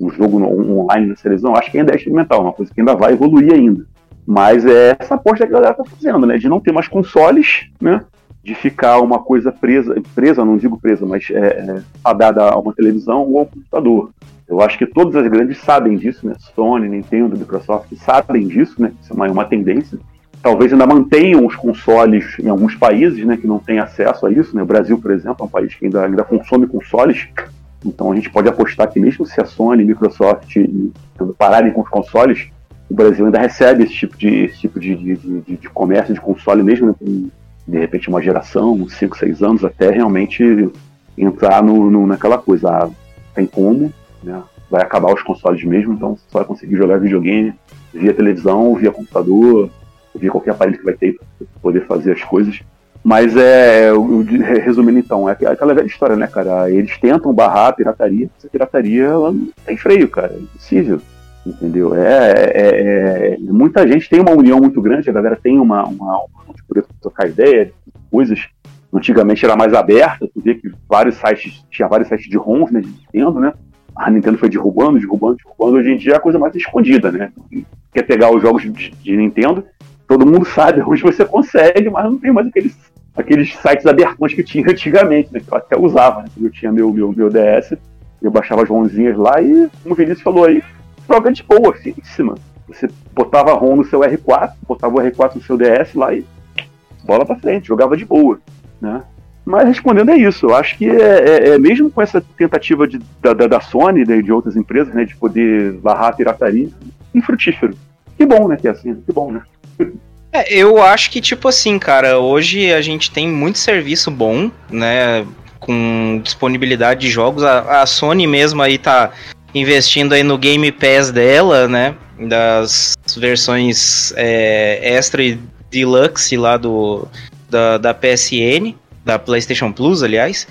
um jogo no, online na televisão, acho que ainda é experimental, uma coisa que ainda vai evoluir ainda. Mas é essa aposta que a galera tá fazendo, né? De não ter mais consoles, né? De ficar uma coisa presa, presa, não digo presa, mas é, é, adada a uma televisão ou a um computador. Eu acho que todas as grandes sabem disso, né? Sony, Nintendo, Microsoft sabem disso, né? Isso é uma, uma tendência. Talvez ainda mantenham os consoles em alguns países, né? Que não têm acesso a isso, né? O Brasil, por exemplo, é um país que ainda, ainda consome consoles. Então a gente pode apostar que mesmo se a Sony, Microsoft pararem com os consoles, o Brasil ainda recebe esse tipo de, esse tipo de, de, de, de comércio de console mesmo, né? Com, de repente uma geração, cinco, seis anos, até realmente entrar no, no, naquela coisa. Ah, tem como, né? Vai acabar os consoles mesmo, então você só vai conseguir jogar videogame via televisão, via computador, via qualquer aparelho que vai ter para poder fazer as coisas. Mas é, eu, resumindo então, é aquela velha história, né, cara? Eles tentam barrar a pirataria, essa pirataria ela não tem freio, cara, é impossível, entendeu? É, é, é, muita gente tem uma união muito grande, a galera tem uma, uma, uma poder trocar ideia, coisas. Antigamente era mais aberta, tu vê que vários sites, tinha vários sites de ROMs, né, de Nintendo, né? A Nintendo foi derrubando, derrubando, derrubando. Hoje em dia é a coisa mais escondida, né? Quer pegar os jogos de, de Nintendo, todo mundo sabe, hoje você consegue, mas não tem mais aqueles aqueles sites abertões que tinha antigamente, né, que eu até usava, né, eu tinha meu, meu, meu D S, eu baixava as ROMzinhas lá e, como o Vinícius falou aí, joga de boa, finíssima. Você botava a ROM no seu R quatro, botava o R quatro no seu D S lá e bola pra frente, jogava de boa, né. Mas respondendo é isso, eu acho que é, é, é mesmo com essa tentativa de, da, da Sony e de, de outras empresas, né, de poder barrar a pirataria, infrutífero. Que bom, né, que é assim, que bom, né. É, eu acho que, tipo assim, cara, hoje a gente tem muito serviço bom, né, com disponibilidade de jogos. A, a Sony mesmo aí tá investindo aí no Game Pass dela, né, das versões é, Extra e Deluxe lá do, da, da P S N, da PlayStation Plus, aliás.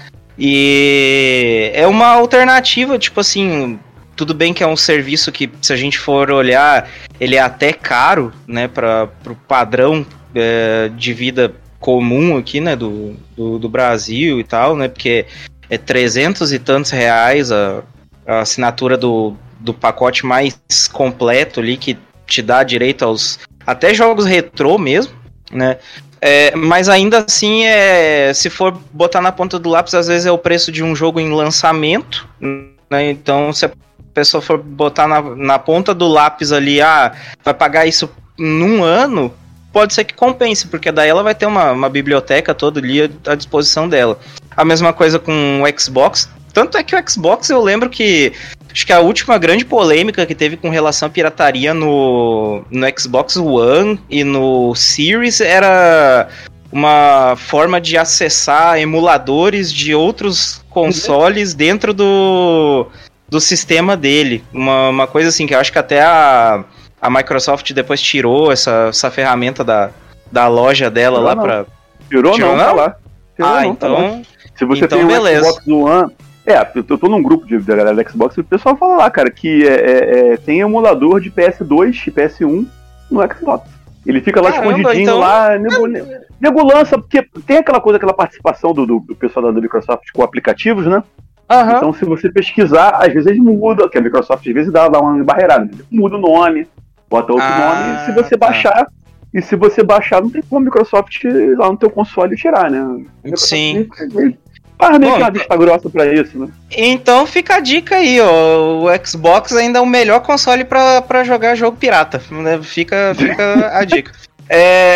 E é uma alternativa, tipo assim... Tudo bem que é um serviço que, se a gente for olhar, ele é até caro, né, para o padrão é, de vida comum aqui, né, do, do, do Brasil e tal, né, porque é trezentos e tantos reais a, a assinatura do, do pacote mais completo ali, que te dá direito aos até jogos retrô mesmo, né, é, mas ainda assim, é, se for botar na ponta do lápis, às vezes é o preço de um jogo em lançamento, né, então se a pessoa for botar na, na ponta do lápis ali, ah, vai pagar isso num ano, pode ser que compense, porque daí ela vai ter uma, uma biblioteca toda ali à disposição dela. A mesma coisa com o Xbox, tanto é que o Xbox, eu lembro que, acho que a última grande polêmica que teve com relação à pirataria no, no Xbox One e no Series era uma forma de acessar emuladores de outros consoles dentro do... do sistema dele, uma, uma coisa assim, que eu acho que até a, a Microsoft depois tirou essa, essa ferramenta da, da loja dela tirou lá não. pra... Tirou, tirou não, não? Tá lá. Tirou ah, não, então... Tá lá. Se você então tem um beleza. Xbox One... É, eu tô num grupo de, da galera da Xbox e o pessoal fala lá, cara, que é, é, é, tem emulador de P S dois e P S um no Xbox. Ele fica lá Caramba, escondidinho, então... lá, nego, nego lança, porque tem aquela coisa, aquela participação do, do, do pessoal da, da Microsoft com aplicativos, né? Uhum. Então, se você pesquisar, às vezes muda, que a Microsoft às vezes dá, dá uma barreirada, muda o nome, bota outro ah, nome, e se você baixar, tá. e se você baixar, não tem como a Microsoft lá no teu console tirar, né? Sim. Faz meio que uma vista grossa pra isso, né? Então fica a dica aí, ó, o Xbox ainda é o melhor console pra, pra jogar jogo pirata, né? Fica, fica a dica. É...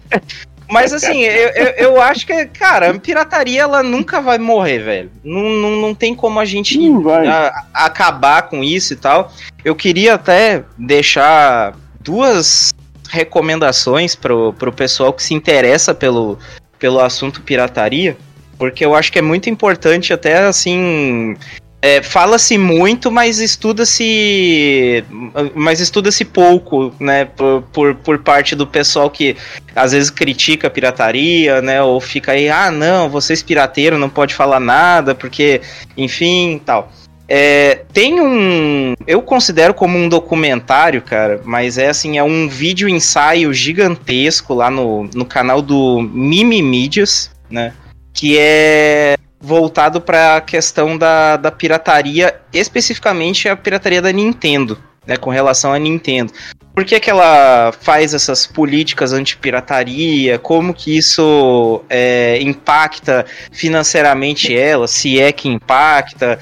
Mas assim, eu, eu, eu acho que, cara, a pirataria ela nunca vai morrer, velho. Não, não, não tem como a gente a, acabar com isso e tal. Eu queria até deixar duas recomendações pro, pro pessoal que se interessa pelo, pelo assunto pirataria, porque eu acho que é muito importante até, assim... É, fala-se muito, mas estuda-se mas estuda-se pouco, né, por, por, por parte do pessoal que às vezes critica a pirataria, né, ou fica aí, ah, não, vocês pirateiros não pode falar nada, porque, enfim, tal. É, tem um... Eu considero como um documentário, cara, mas é assim, é um vídeo ensaio gigantesco lá no, no canal do Mimimídias, né, que é... voltado para a questão da, da pirataria, especificamente a pirataria da Nintendo, né, com relação à Nintendo. Por que que ela faz essas políticas anti-pirataria? Como que isso é, impacta financeiramente ela? Se é que impacta?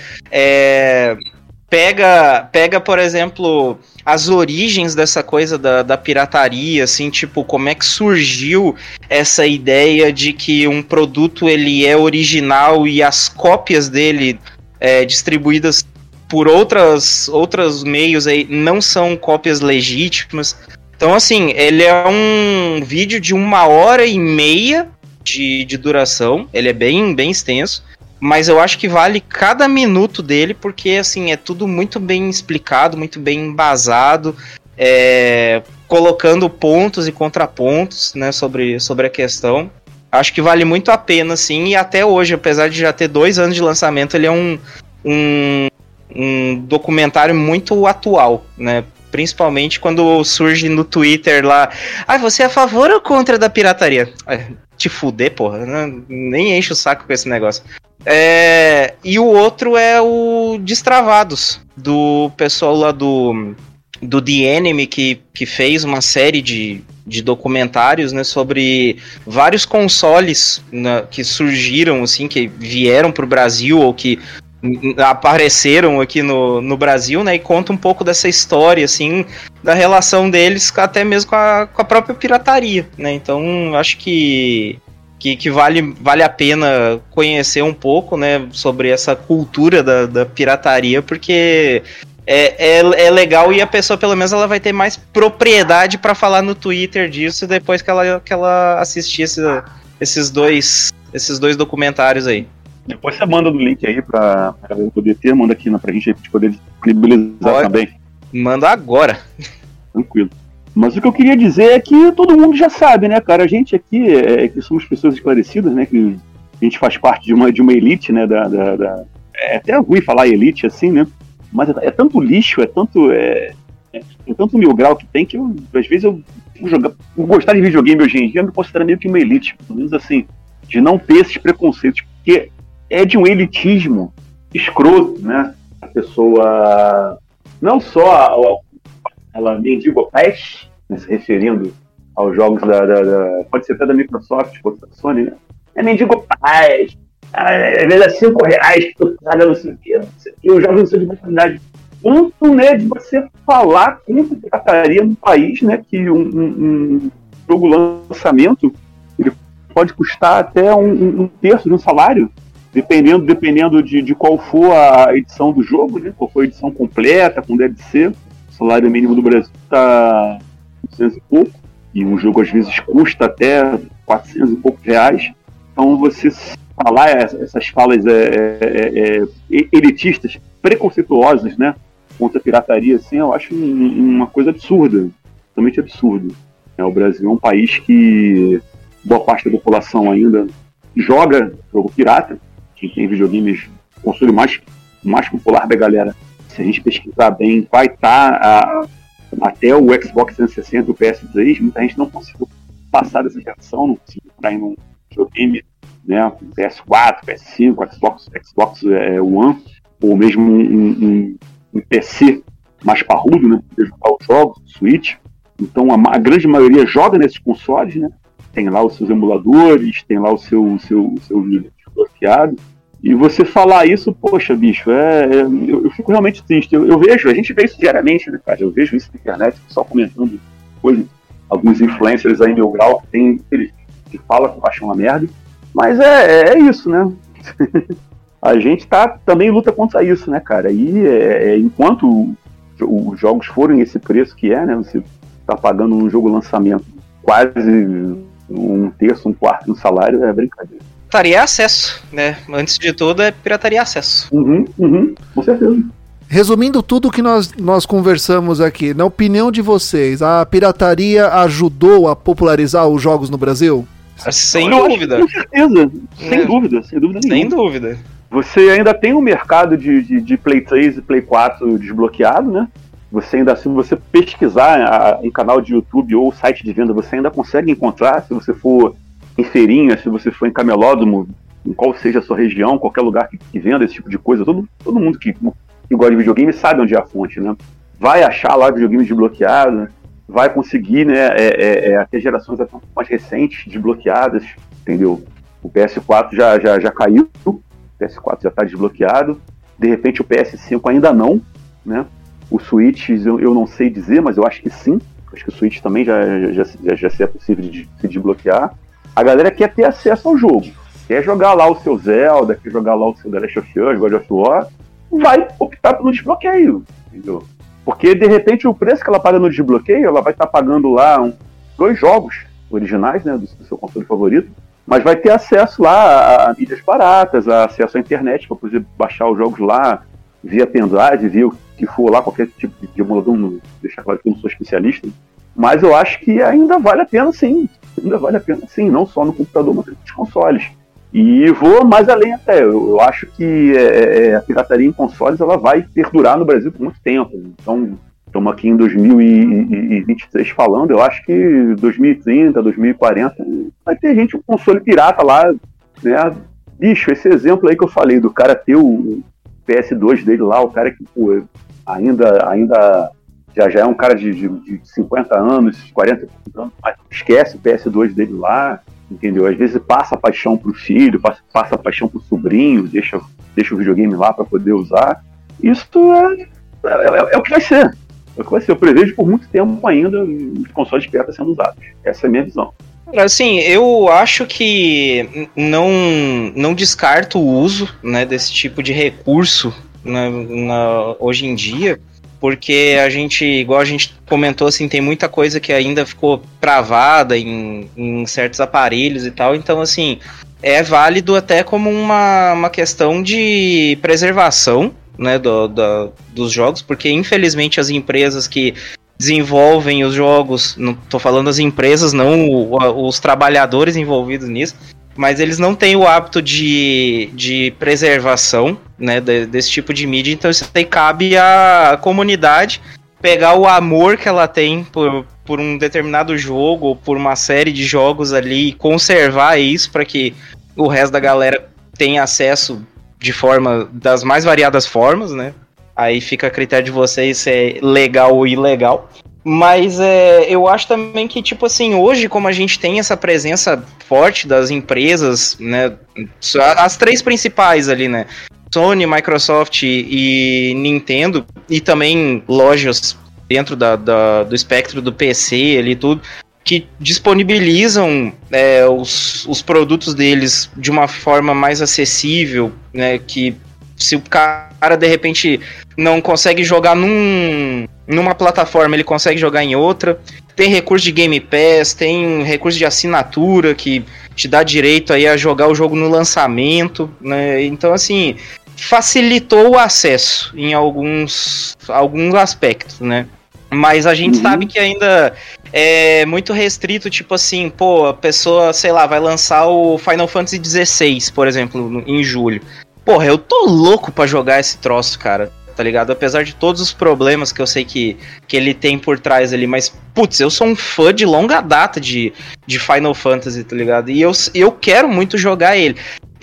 É, pega, pega, por exemplo, as origens dessa coisa da, da pirataria, assim, tipo, como é que surgiu essa ideia de que um produto ele é original e as cópias dele é, distribuídas por outras, outros meios aí não são cópias legítimas. Então, assim, ele é um vídeo de uma hora e meia de, de duração, ele é bem, bem extenso, mas eu acho que vale cada minuto dele, porque, assim, é tudo muito bem explicado, muito bem embasado, é, colocando pontos e contrapontos, né, sobre, sobre a questão. Acho que vale muito a pena, sim, e até hoje, apesar de já ter dois anos de lançamento, ele é um... um um documentário muito atual, né? Principalmente quando surge no Twitter lá, ah, você é a favor ou contra da pirataria? É, te fuder, porra, né? Nem enche o saco com esse negócio. É, e o outro é o Destravados, do pessoal lá do, do The Enemy, que, que fez uma série de, de documentários, né, sobre vários consoles, né, que surgiram, assim, que vieram pro Brasil ou que apareceram aqui no, no Brasil, né, e conta um pouco dessa história, assim, da relação deles até mesmo com a, com a própria pirataria, né, então acho que, que, que vale, vale a pena conhecer um pouco, né, sobre essa cultura da, da pirataria, porque é, é, é legal e a pessoa, pelo menos, ela vai ter mais propriedade para falar no Twitter disso depois que ela, que ela assistir esse, esses, dois, esses dois documentários aí. Depois você manda no link aí pra, pra eu poder ter, manda aqui pra gente, pra gente poder disponibilizar Pode. Também. Manda agora. Tranquilo. Mas o que eu queria dizer é que todo mundo já sabe, né, cara? A gente aqui, é, que somos pessoas esclarecidas, né, que a gente faz parte de uma, de uma elite, né, da, da, da... É até ruim falar elite assim, né? Mas é, é tanto lixo, é tanto... É, é, é tanto mil grau que tem que eu, às vezes eu vou, jogar, vou gostar de videogame hoje em dia, eu me considero meio que uma elite, pelo menos assim, de não ter esses preconceitos, porque é de um elitismo escroto, né? A pessoa não só ela mendigo peste, né, se referindo aos jogos da, da, da... pode ser até da Microsoft, ou da Sony, né? É mendigo peste, às vezes é cinco reais que tu paga no cinqueiro, e os jogos não são de boa qualidade. Quanto, né, de você falar contra a pirataria no país, né? Que um, um, um jogo lançamento ele pode custar até um, um terço de um salário. Dependendo, dependendo de, de qual for a edição do jogo, né? Qual for a edição completa, com D L C, o salário mínimo do Brasil está duzentos e pouco, e um jogo às vezes custa até quatrocentos e poucos reais. Então você falar essas falas é, é, é, elitistas, preconceituosas, né, contra a pirataria, assim, eu acho uma coisa absurda, totalmente absurdo. É, o Brasil é um país que boa parte da população ainda joga jogo pirata. Quem tem videogames, o console mais, mais popular da galera, se a gente pesquisar bem, vai estar até o Xbox trezentos e sessenta, o P S três, muita gente não conseguiu passar dessa geração, não conseguiu entrar em um videogame, né, P S quatro, P S cinco, Xbox, Xbox é, One, ou mesmo um, um, um P C mais parrudo, né, para jogar os jogos, Switch. Então a, a grande maioria joga nesses consoles, né, tem lá os seus emuladores, tem lá o seu, o seu, o seu vídeo bloqueado. E você falar isso, poxa, bicho, é, é, eu, eu fico realmente triste. Eu, eu vejo, a gente vê isso diariamente, né, cara? Eu vejo isso na internet, só comentando coisas. Alguns influencers aí, meu grau, que tem que fala que eu acho uma merda. Mas é, é isso, né? A gente tá, também luta contra isso, né, cara? E é, é, enquanto os jogos forem esse preço que é, né? Você tá pagando um jogo lançamento quase um terço, um quarto do salário, é brincadeira. Pirataria acesso, né? Antes de tudo é pirataria acesso. Uhum, uhum, com certeza. Resumindo tudo que nós, nós conversamos aqui, na opinião de vocês, a pirataria ajudou a popularizar os jogos no Brasil? Sem Eu dúvida. Acho, com certeza, sem é. dúvida, sem dúvida nenhuma. Sem dúvida. Você ainda tem um mercado de, de, de Play três e Play quatro desbloqueado, né? Você ainda, se você pesquisar a, um canal de YouTube ou site de venda, você ainda consegue encontrar, se você for em feirinha, se você for em camelódromo, em qual seja a sua região, qualquer lugar que, que venda esse tipo de coisa, todo, todo mundo que, que gosta de videogame sabe onde é a fonte, né? Vai achar lá videogame desbloqueado, vai conseguir, né, é, é, até gerações até mais recentes desbloqueadas, entendeu? O P S quatro já, já, já caiu, o P S quatro já está desbloqueado, de repente o P S cinco ainda não, né? O Switch eu, eu não sei dizer, mas eu acho que sim. Acho que o Switch também já, já, já, já é possível de se desbloquear. A galera quer ter acesso ao jogo. Quer jogar lá o seu Zelda, quer jogar lá o seu The Last of Us, God of War, vai optar pelo desbloqueio, entendeu? Porque, de repente, o preço que ela paga no desbloqueio, ela vai estar pagando lá um, dois jogos originais, né, do, do seu console favorito, mas vai ter acesso lá a, a mídias baratas, a acesso à internet para poder baixar os jogos lá, via pendrive, via o que for lá, qualquer tipo de emulador, não, deixar claro que eu não sou especialista, mas eu acho que ainda vale a pena sim, ainda vale a pena sim, não só no computador, mas nos consoles. E vou mais além até, eu, eu acho que é, é, a pirataria em consoles ela vai perdurar no Brasil por muito tempo, então estamos aqui em dois mil e vinte e três falando, eu acho que dois mil e trinta, dois mil e quarenta vai ter gente com console pirata lá, né, bicho, esse exemplo aí que eu falei do cara ter o P S dois dele lá, o cara que pô, ainda, ainda já, já é um cara de, de, de cinquenta anos, quarenta anos, mas esquece o P S dois dele lá, entendeu? Às vezes passa a paixão pro filho, passa, passa a paixão pro sobrinho, deixa, deixa o videogame lá para poder usar. Isso é, é, é, é o que vai ser. É o que vai ser. Eu prevejo por muito tempo ainda os consoles piratas sendo usados. Essa é a minha visão. Assim, eu acho que não, não descarto o uso, né, desse tipo de recurso na, na, hoje em dia, porque a gente, igual a gente comentou, assim, tem muita coisa que ainda ficou travada em, em certos aparelhos e tal, então, assim, é válido até como uma, uma questão de preservação, né, do, do, dos jogos, porque infelizmente as empresas que desenvolvem os jogos, não tô falando as empresas, não o, os trabalhadores envolvidos nisso, mas eles não têm o hábito de, de preservação, né, de, desse tipo de mídia, então isso aí cabe à comunidade pegar o amor que ela tem por, por um determinado jogo ou por uma série de jogos ali e conservar isso para que o resto da galera tenha acesso de forma, das mais variadas formas, né? Aí fica a critério de vocês se é legal ou ilegal. Mas é, eu acho também que, tipo assim, hoje, como a gente tem essa presença forte das empresas, né? As três principais ali, né? Sony, Microsoft e Nintendo, e também lojas dentro da, da, do espectro do P C ali e tudo, que disponibilizam é, os, os produtos deles de uma forma mais acessível, né? Que se o cara, de repente, não consegue jogar num, numa plataforma, ele consegue jogar em outra. Tem recurso de Game Pass, tem recurso de assinatura que te dá direito aí a jogar o jogo no lançamento, né? Então, assim, facilitou o acesso em alguns, alguns aspectos, né? Mas a gente uhum. sabe que ainda é muito restrito, tipo assim, pô, a pessoa, sei lá, vai lançar o Final Fantasy dezesseis, por exemplo, em julho. Porra, eu tô louco pra jogar esse troço, cara, tá ligado? Apesar de todos os problemas que eu sei que, que ele tem por trás ali, mas, putz, eu sou um fã de longa data de, de Final Fantasy, tá ligado? E eu, eu quero muito jogar ele.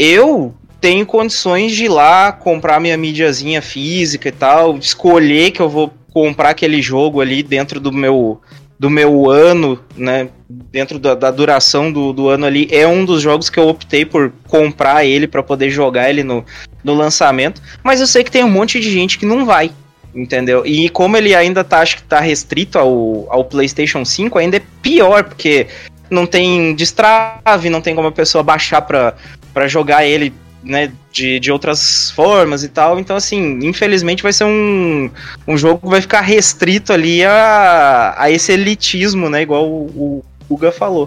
Eu tenho condições de ir lá, comprar minha mídiazinha física e tal, escolher que eu vou comprar aquele jogo ali dentro do meu... do meu ano, né, dentro da, da duração do, do ano ali, é um dos jogos que eu optei por comprar ele para poder jogar ele no, no lançamento, mas eu sei que tem um monte de gente que não vai, entendeu? E como ele ainda tá, acho que tá restrito ao, ao PlayStation cinco, ainda é pior, porque não tem destrave, não tem como a pessoa baixar pra, pra jogar ele, né, de, de outras formas e tal, então assim, infelizmente vai ser um, um jogo que vai ficar restrito ali a, a esse elitismo, né, igual o, o Guga falou,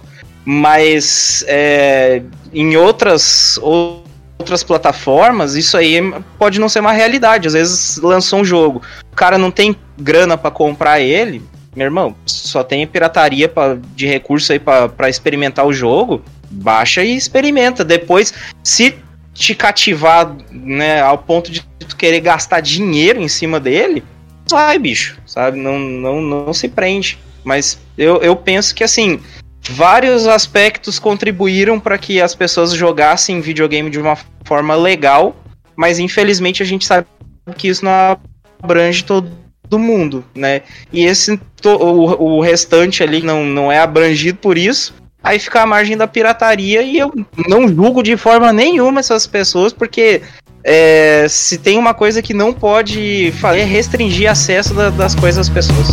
mas é, em outras, outras plataformas isso aí pode não ser uma realidade. Às vezes lançou um jogo, o cara não tem grana pra comprar ele, meu irmão, só tem pirataria pra, de recurso aí pra, pra experimentar o jogo, baixa e experimenta, depois se te cativar, né, ao ponto de tu querer gastar dinheiro em cima dele, sai, bicho, sabe, não, não, não se prende. Mas eu, eu penso que, assim, vários aspectos contribuíram para que as pessoas jogassem videogame de uma forma legal, mas infelizmente a gente sabe que isso não abrange todo mundo, né? E esse, o, o restante ali não, não é abrangido por isso, aí fica à margem da pirataria, e eu não julgo de forma nenhuma essas pessoas, porque é, se tem uma coisa que não pode fazer é restringir acesso da, das coisas às pessoas.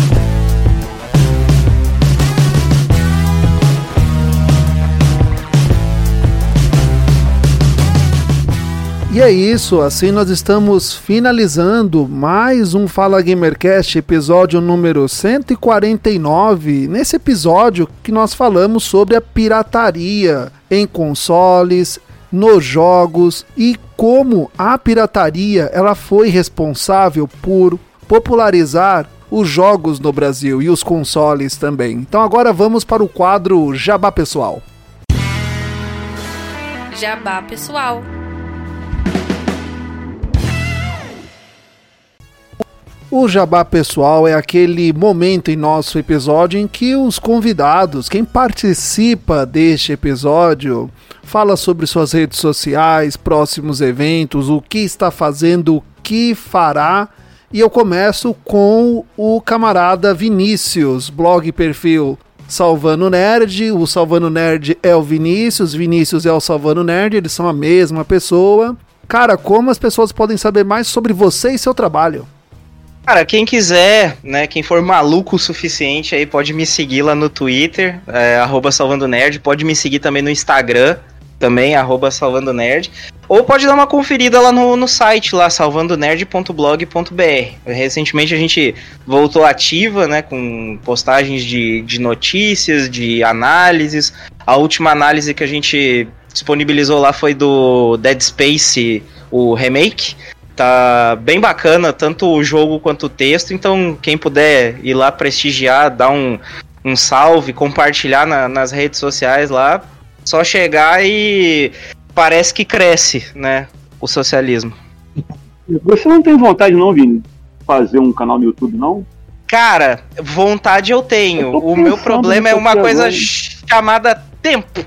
E é isso, assim nós estamos finalizando mais um Fala Gamercast, episódio número cento e quarenta e nove. Nesse episódio que nós falamos sobre a pirataria em consoles, nos jogos e como a pirataria ela foi responsável por popularizar os jogos no Brasil e os consoles também. Então agora vamos para o quadro Jabá Pessoal. Jabá Pessoal. O Jabá Pessoal é aquele momento em nosso episódio em que os convidados, quem participa deste episódio, fala sobre suas redes sociais, próximos eventos, o que está fazendo, o que fará. E eu começo com o camarada Vinícius, blog e perfil Salvando Nerd. O Salvando Nerd é o Vinícius, Vinícius é o Salvando Nerd, eles são a mesma pessoa. Cara, como as pessoas podem saber mais sobre você e seu trabalho? Cara, quem quiser, né, quem for maluco o suficiente aí pode me seguir lá no Twitter, é, arroba Salvando Nerd, pode me seguir também no Instagram, também, arroba Salvando Nerd, ou pode dar uma conferida lá no, no site, lá, salvando nerd ponto blog ponto b r. Recentemente a gente voltou ativa, né, com postagens de, de notícias, de análises. A última análise que a gente disponibilizou lá foi do Dead Space, o remake. Tá bem bacana, tanto o jogo quanto o texto, então quem puder ir lá prestigiar, dar um, um salve, compartilhar na, nas redes sociais lá, só chegar e parece que cresce, né, o socialismo. Você não tem vontade não, Vini, de fazer um canal no YouTube, não? Cara, vontade eu tenho, eu o meu problema é uma coisa agora chamada tempo.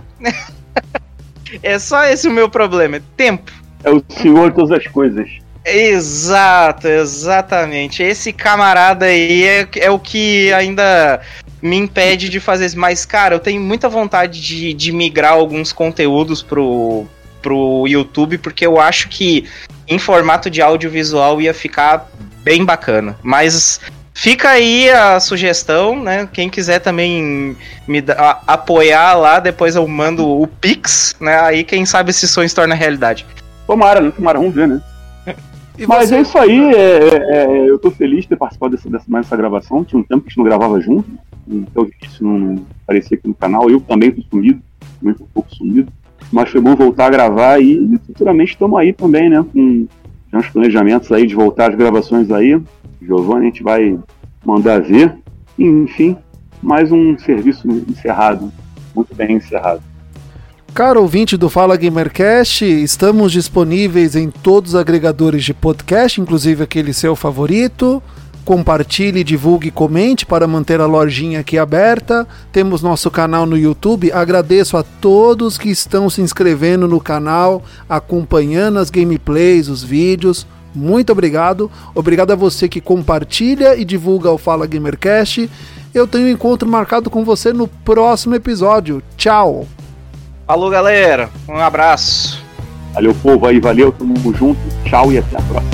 É só esse o meu problema, é tempo. É o senhor de todas as coisas. Exato, exatamente. Esse camarada aí é, é o que ainda me impede de fazer isso. Mas, cara, eu tenho muita vontade de, de migrar alguns conteúdos pro, pro YouTube, porque eu acho que em formato de audiovisual ia ficar bem bacana. Mas fica aí a sugestão, né? Quem quiser também me da, a, apoiar lá, depois eu mando o Pix, né? Aí quem sabe esse sonho se torna realidade. Tomara, né? Tomara, vamos ver, né? Mas você... é isso aí, é, é, eu tô feliz de ter participado dessa, dessa, dessa gravação. Tinha um tempo que a gente não gravava junto, então isso não aparecia aqui no canal. Eu também tô sumido, também tô um pouco sumido, mas foi bom voltar a gravar e futuramente estamos aí também, né, com uns planejamentos aí de voltar às gravações aí. Giovanni, a gente vai mandar ver, enfim, mais um serviço encerrado, muito bem encerrado. Caro ouvinte do Fala Gamercast, estamos disponíveis em todos os agregadores de podcast, inclusive aquele seu favorito. Compartilhe, divulgue e comente para manter a lojinha aqui aberta. Temos nosso canal no YouTube. Agradeço a todos que estão se inscrevendo no canal, acompanhando as gameplays, os vídeos. Muito obrigado. Obrigado a você que compartilha e divulga o Fala Gamercast. Eu tenho um encontro marcado com você no próximo episódio. Tchau! Falou, galera. Um abraço. Valeu, povo aí. Valeu. Tamo junto. Tchau e até a próxima.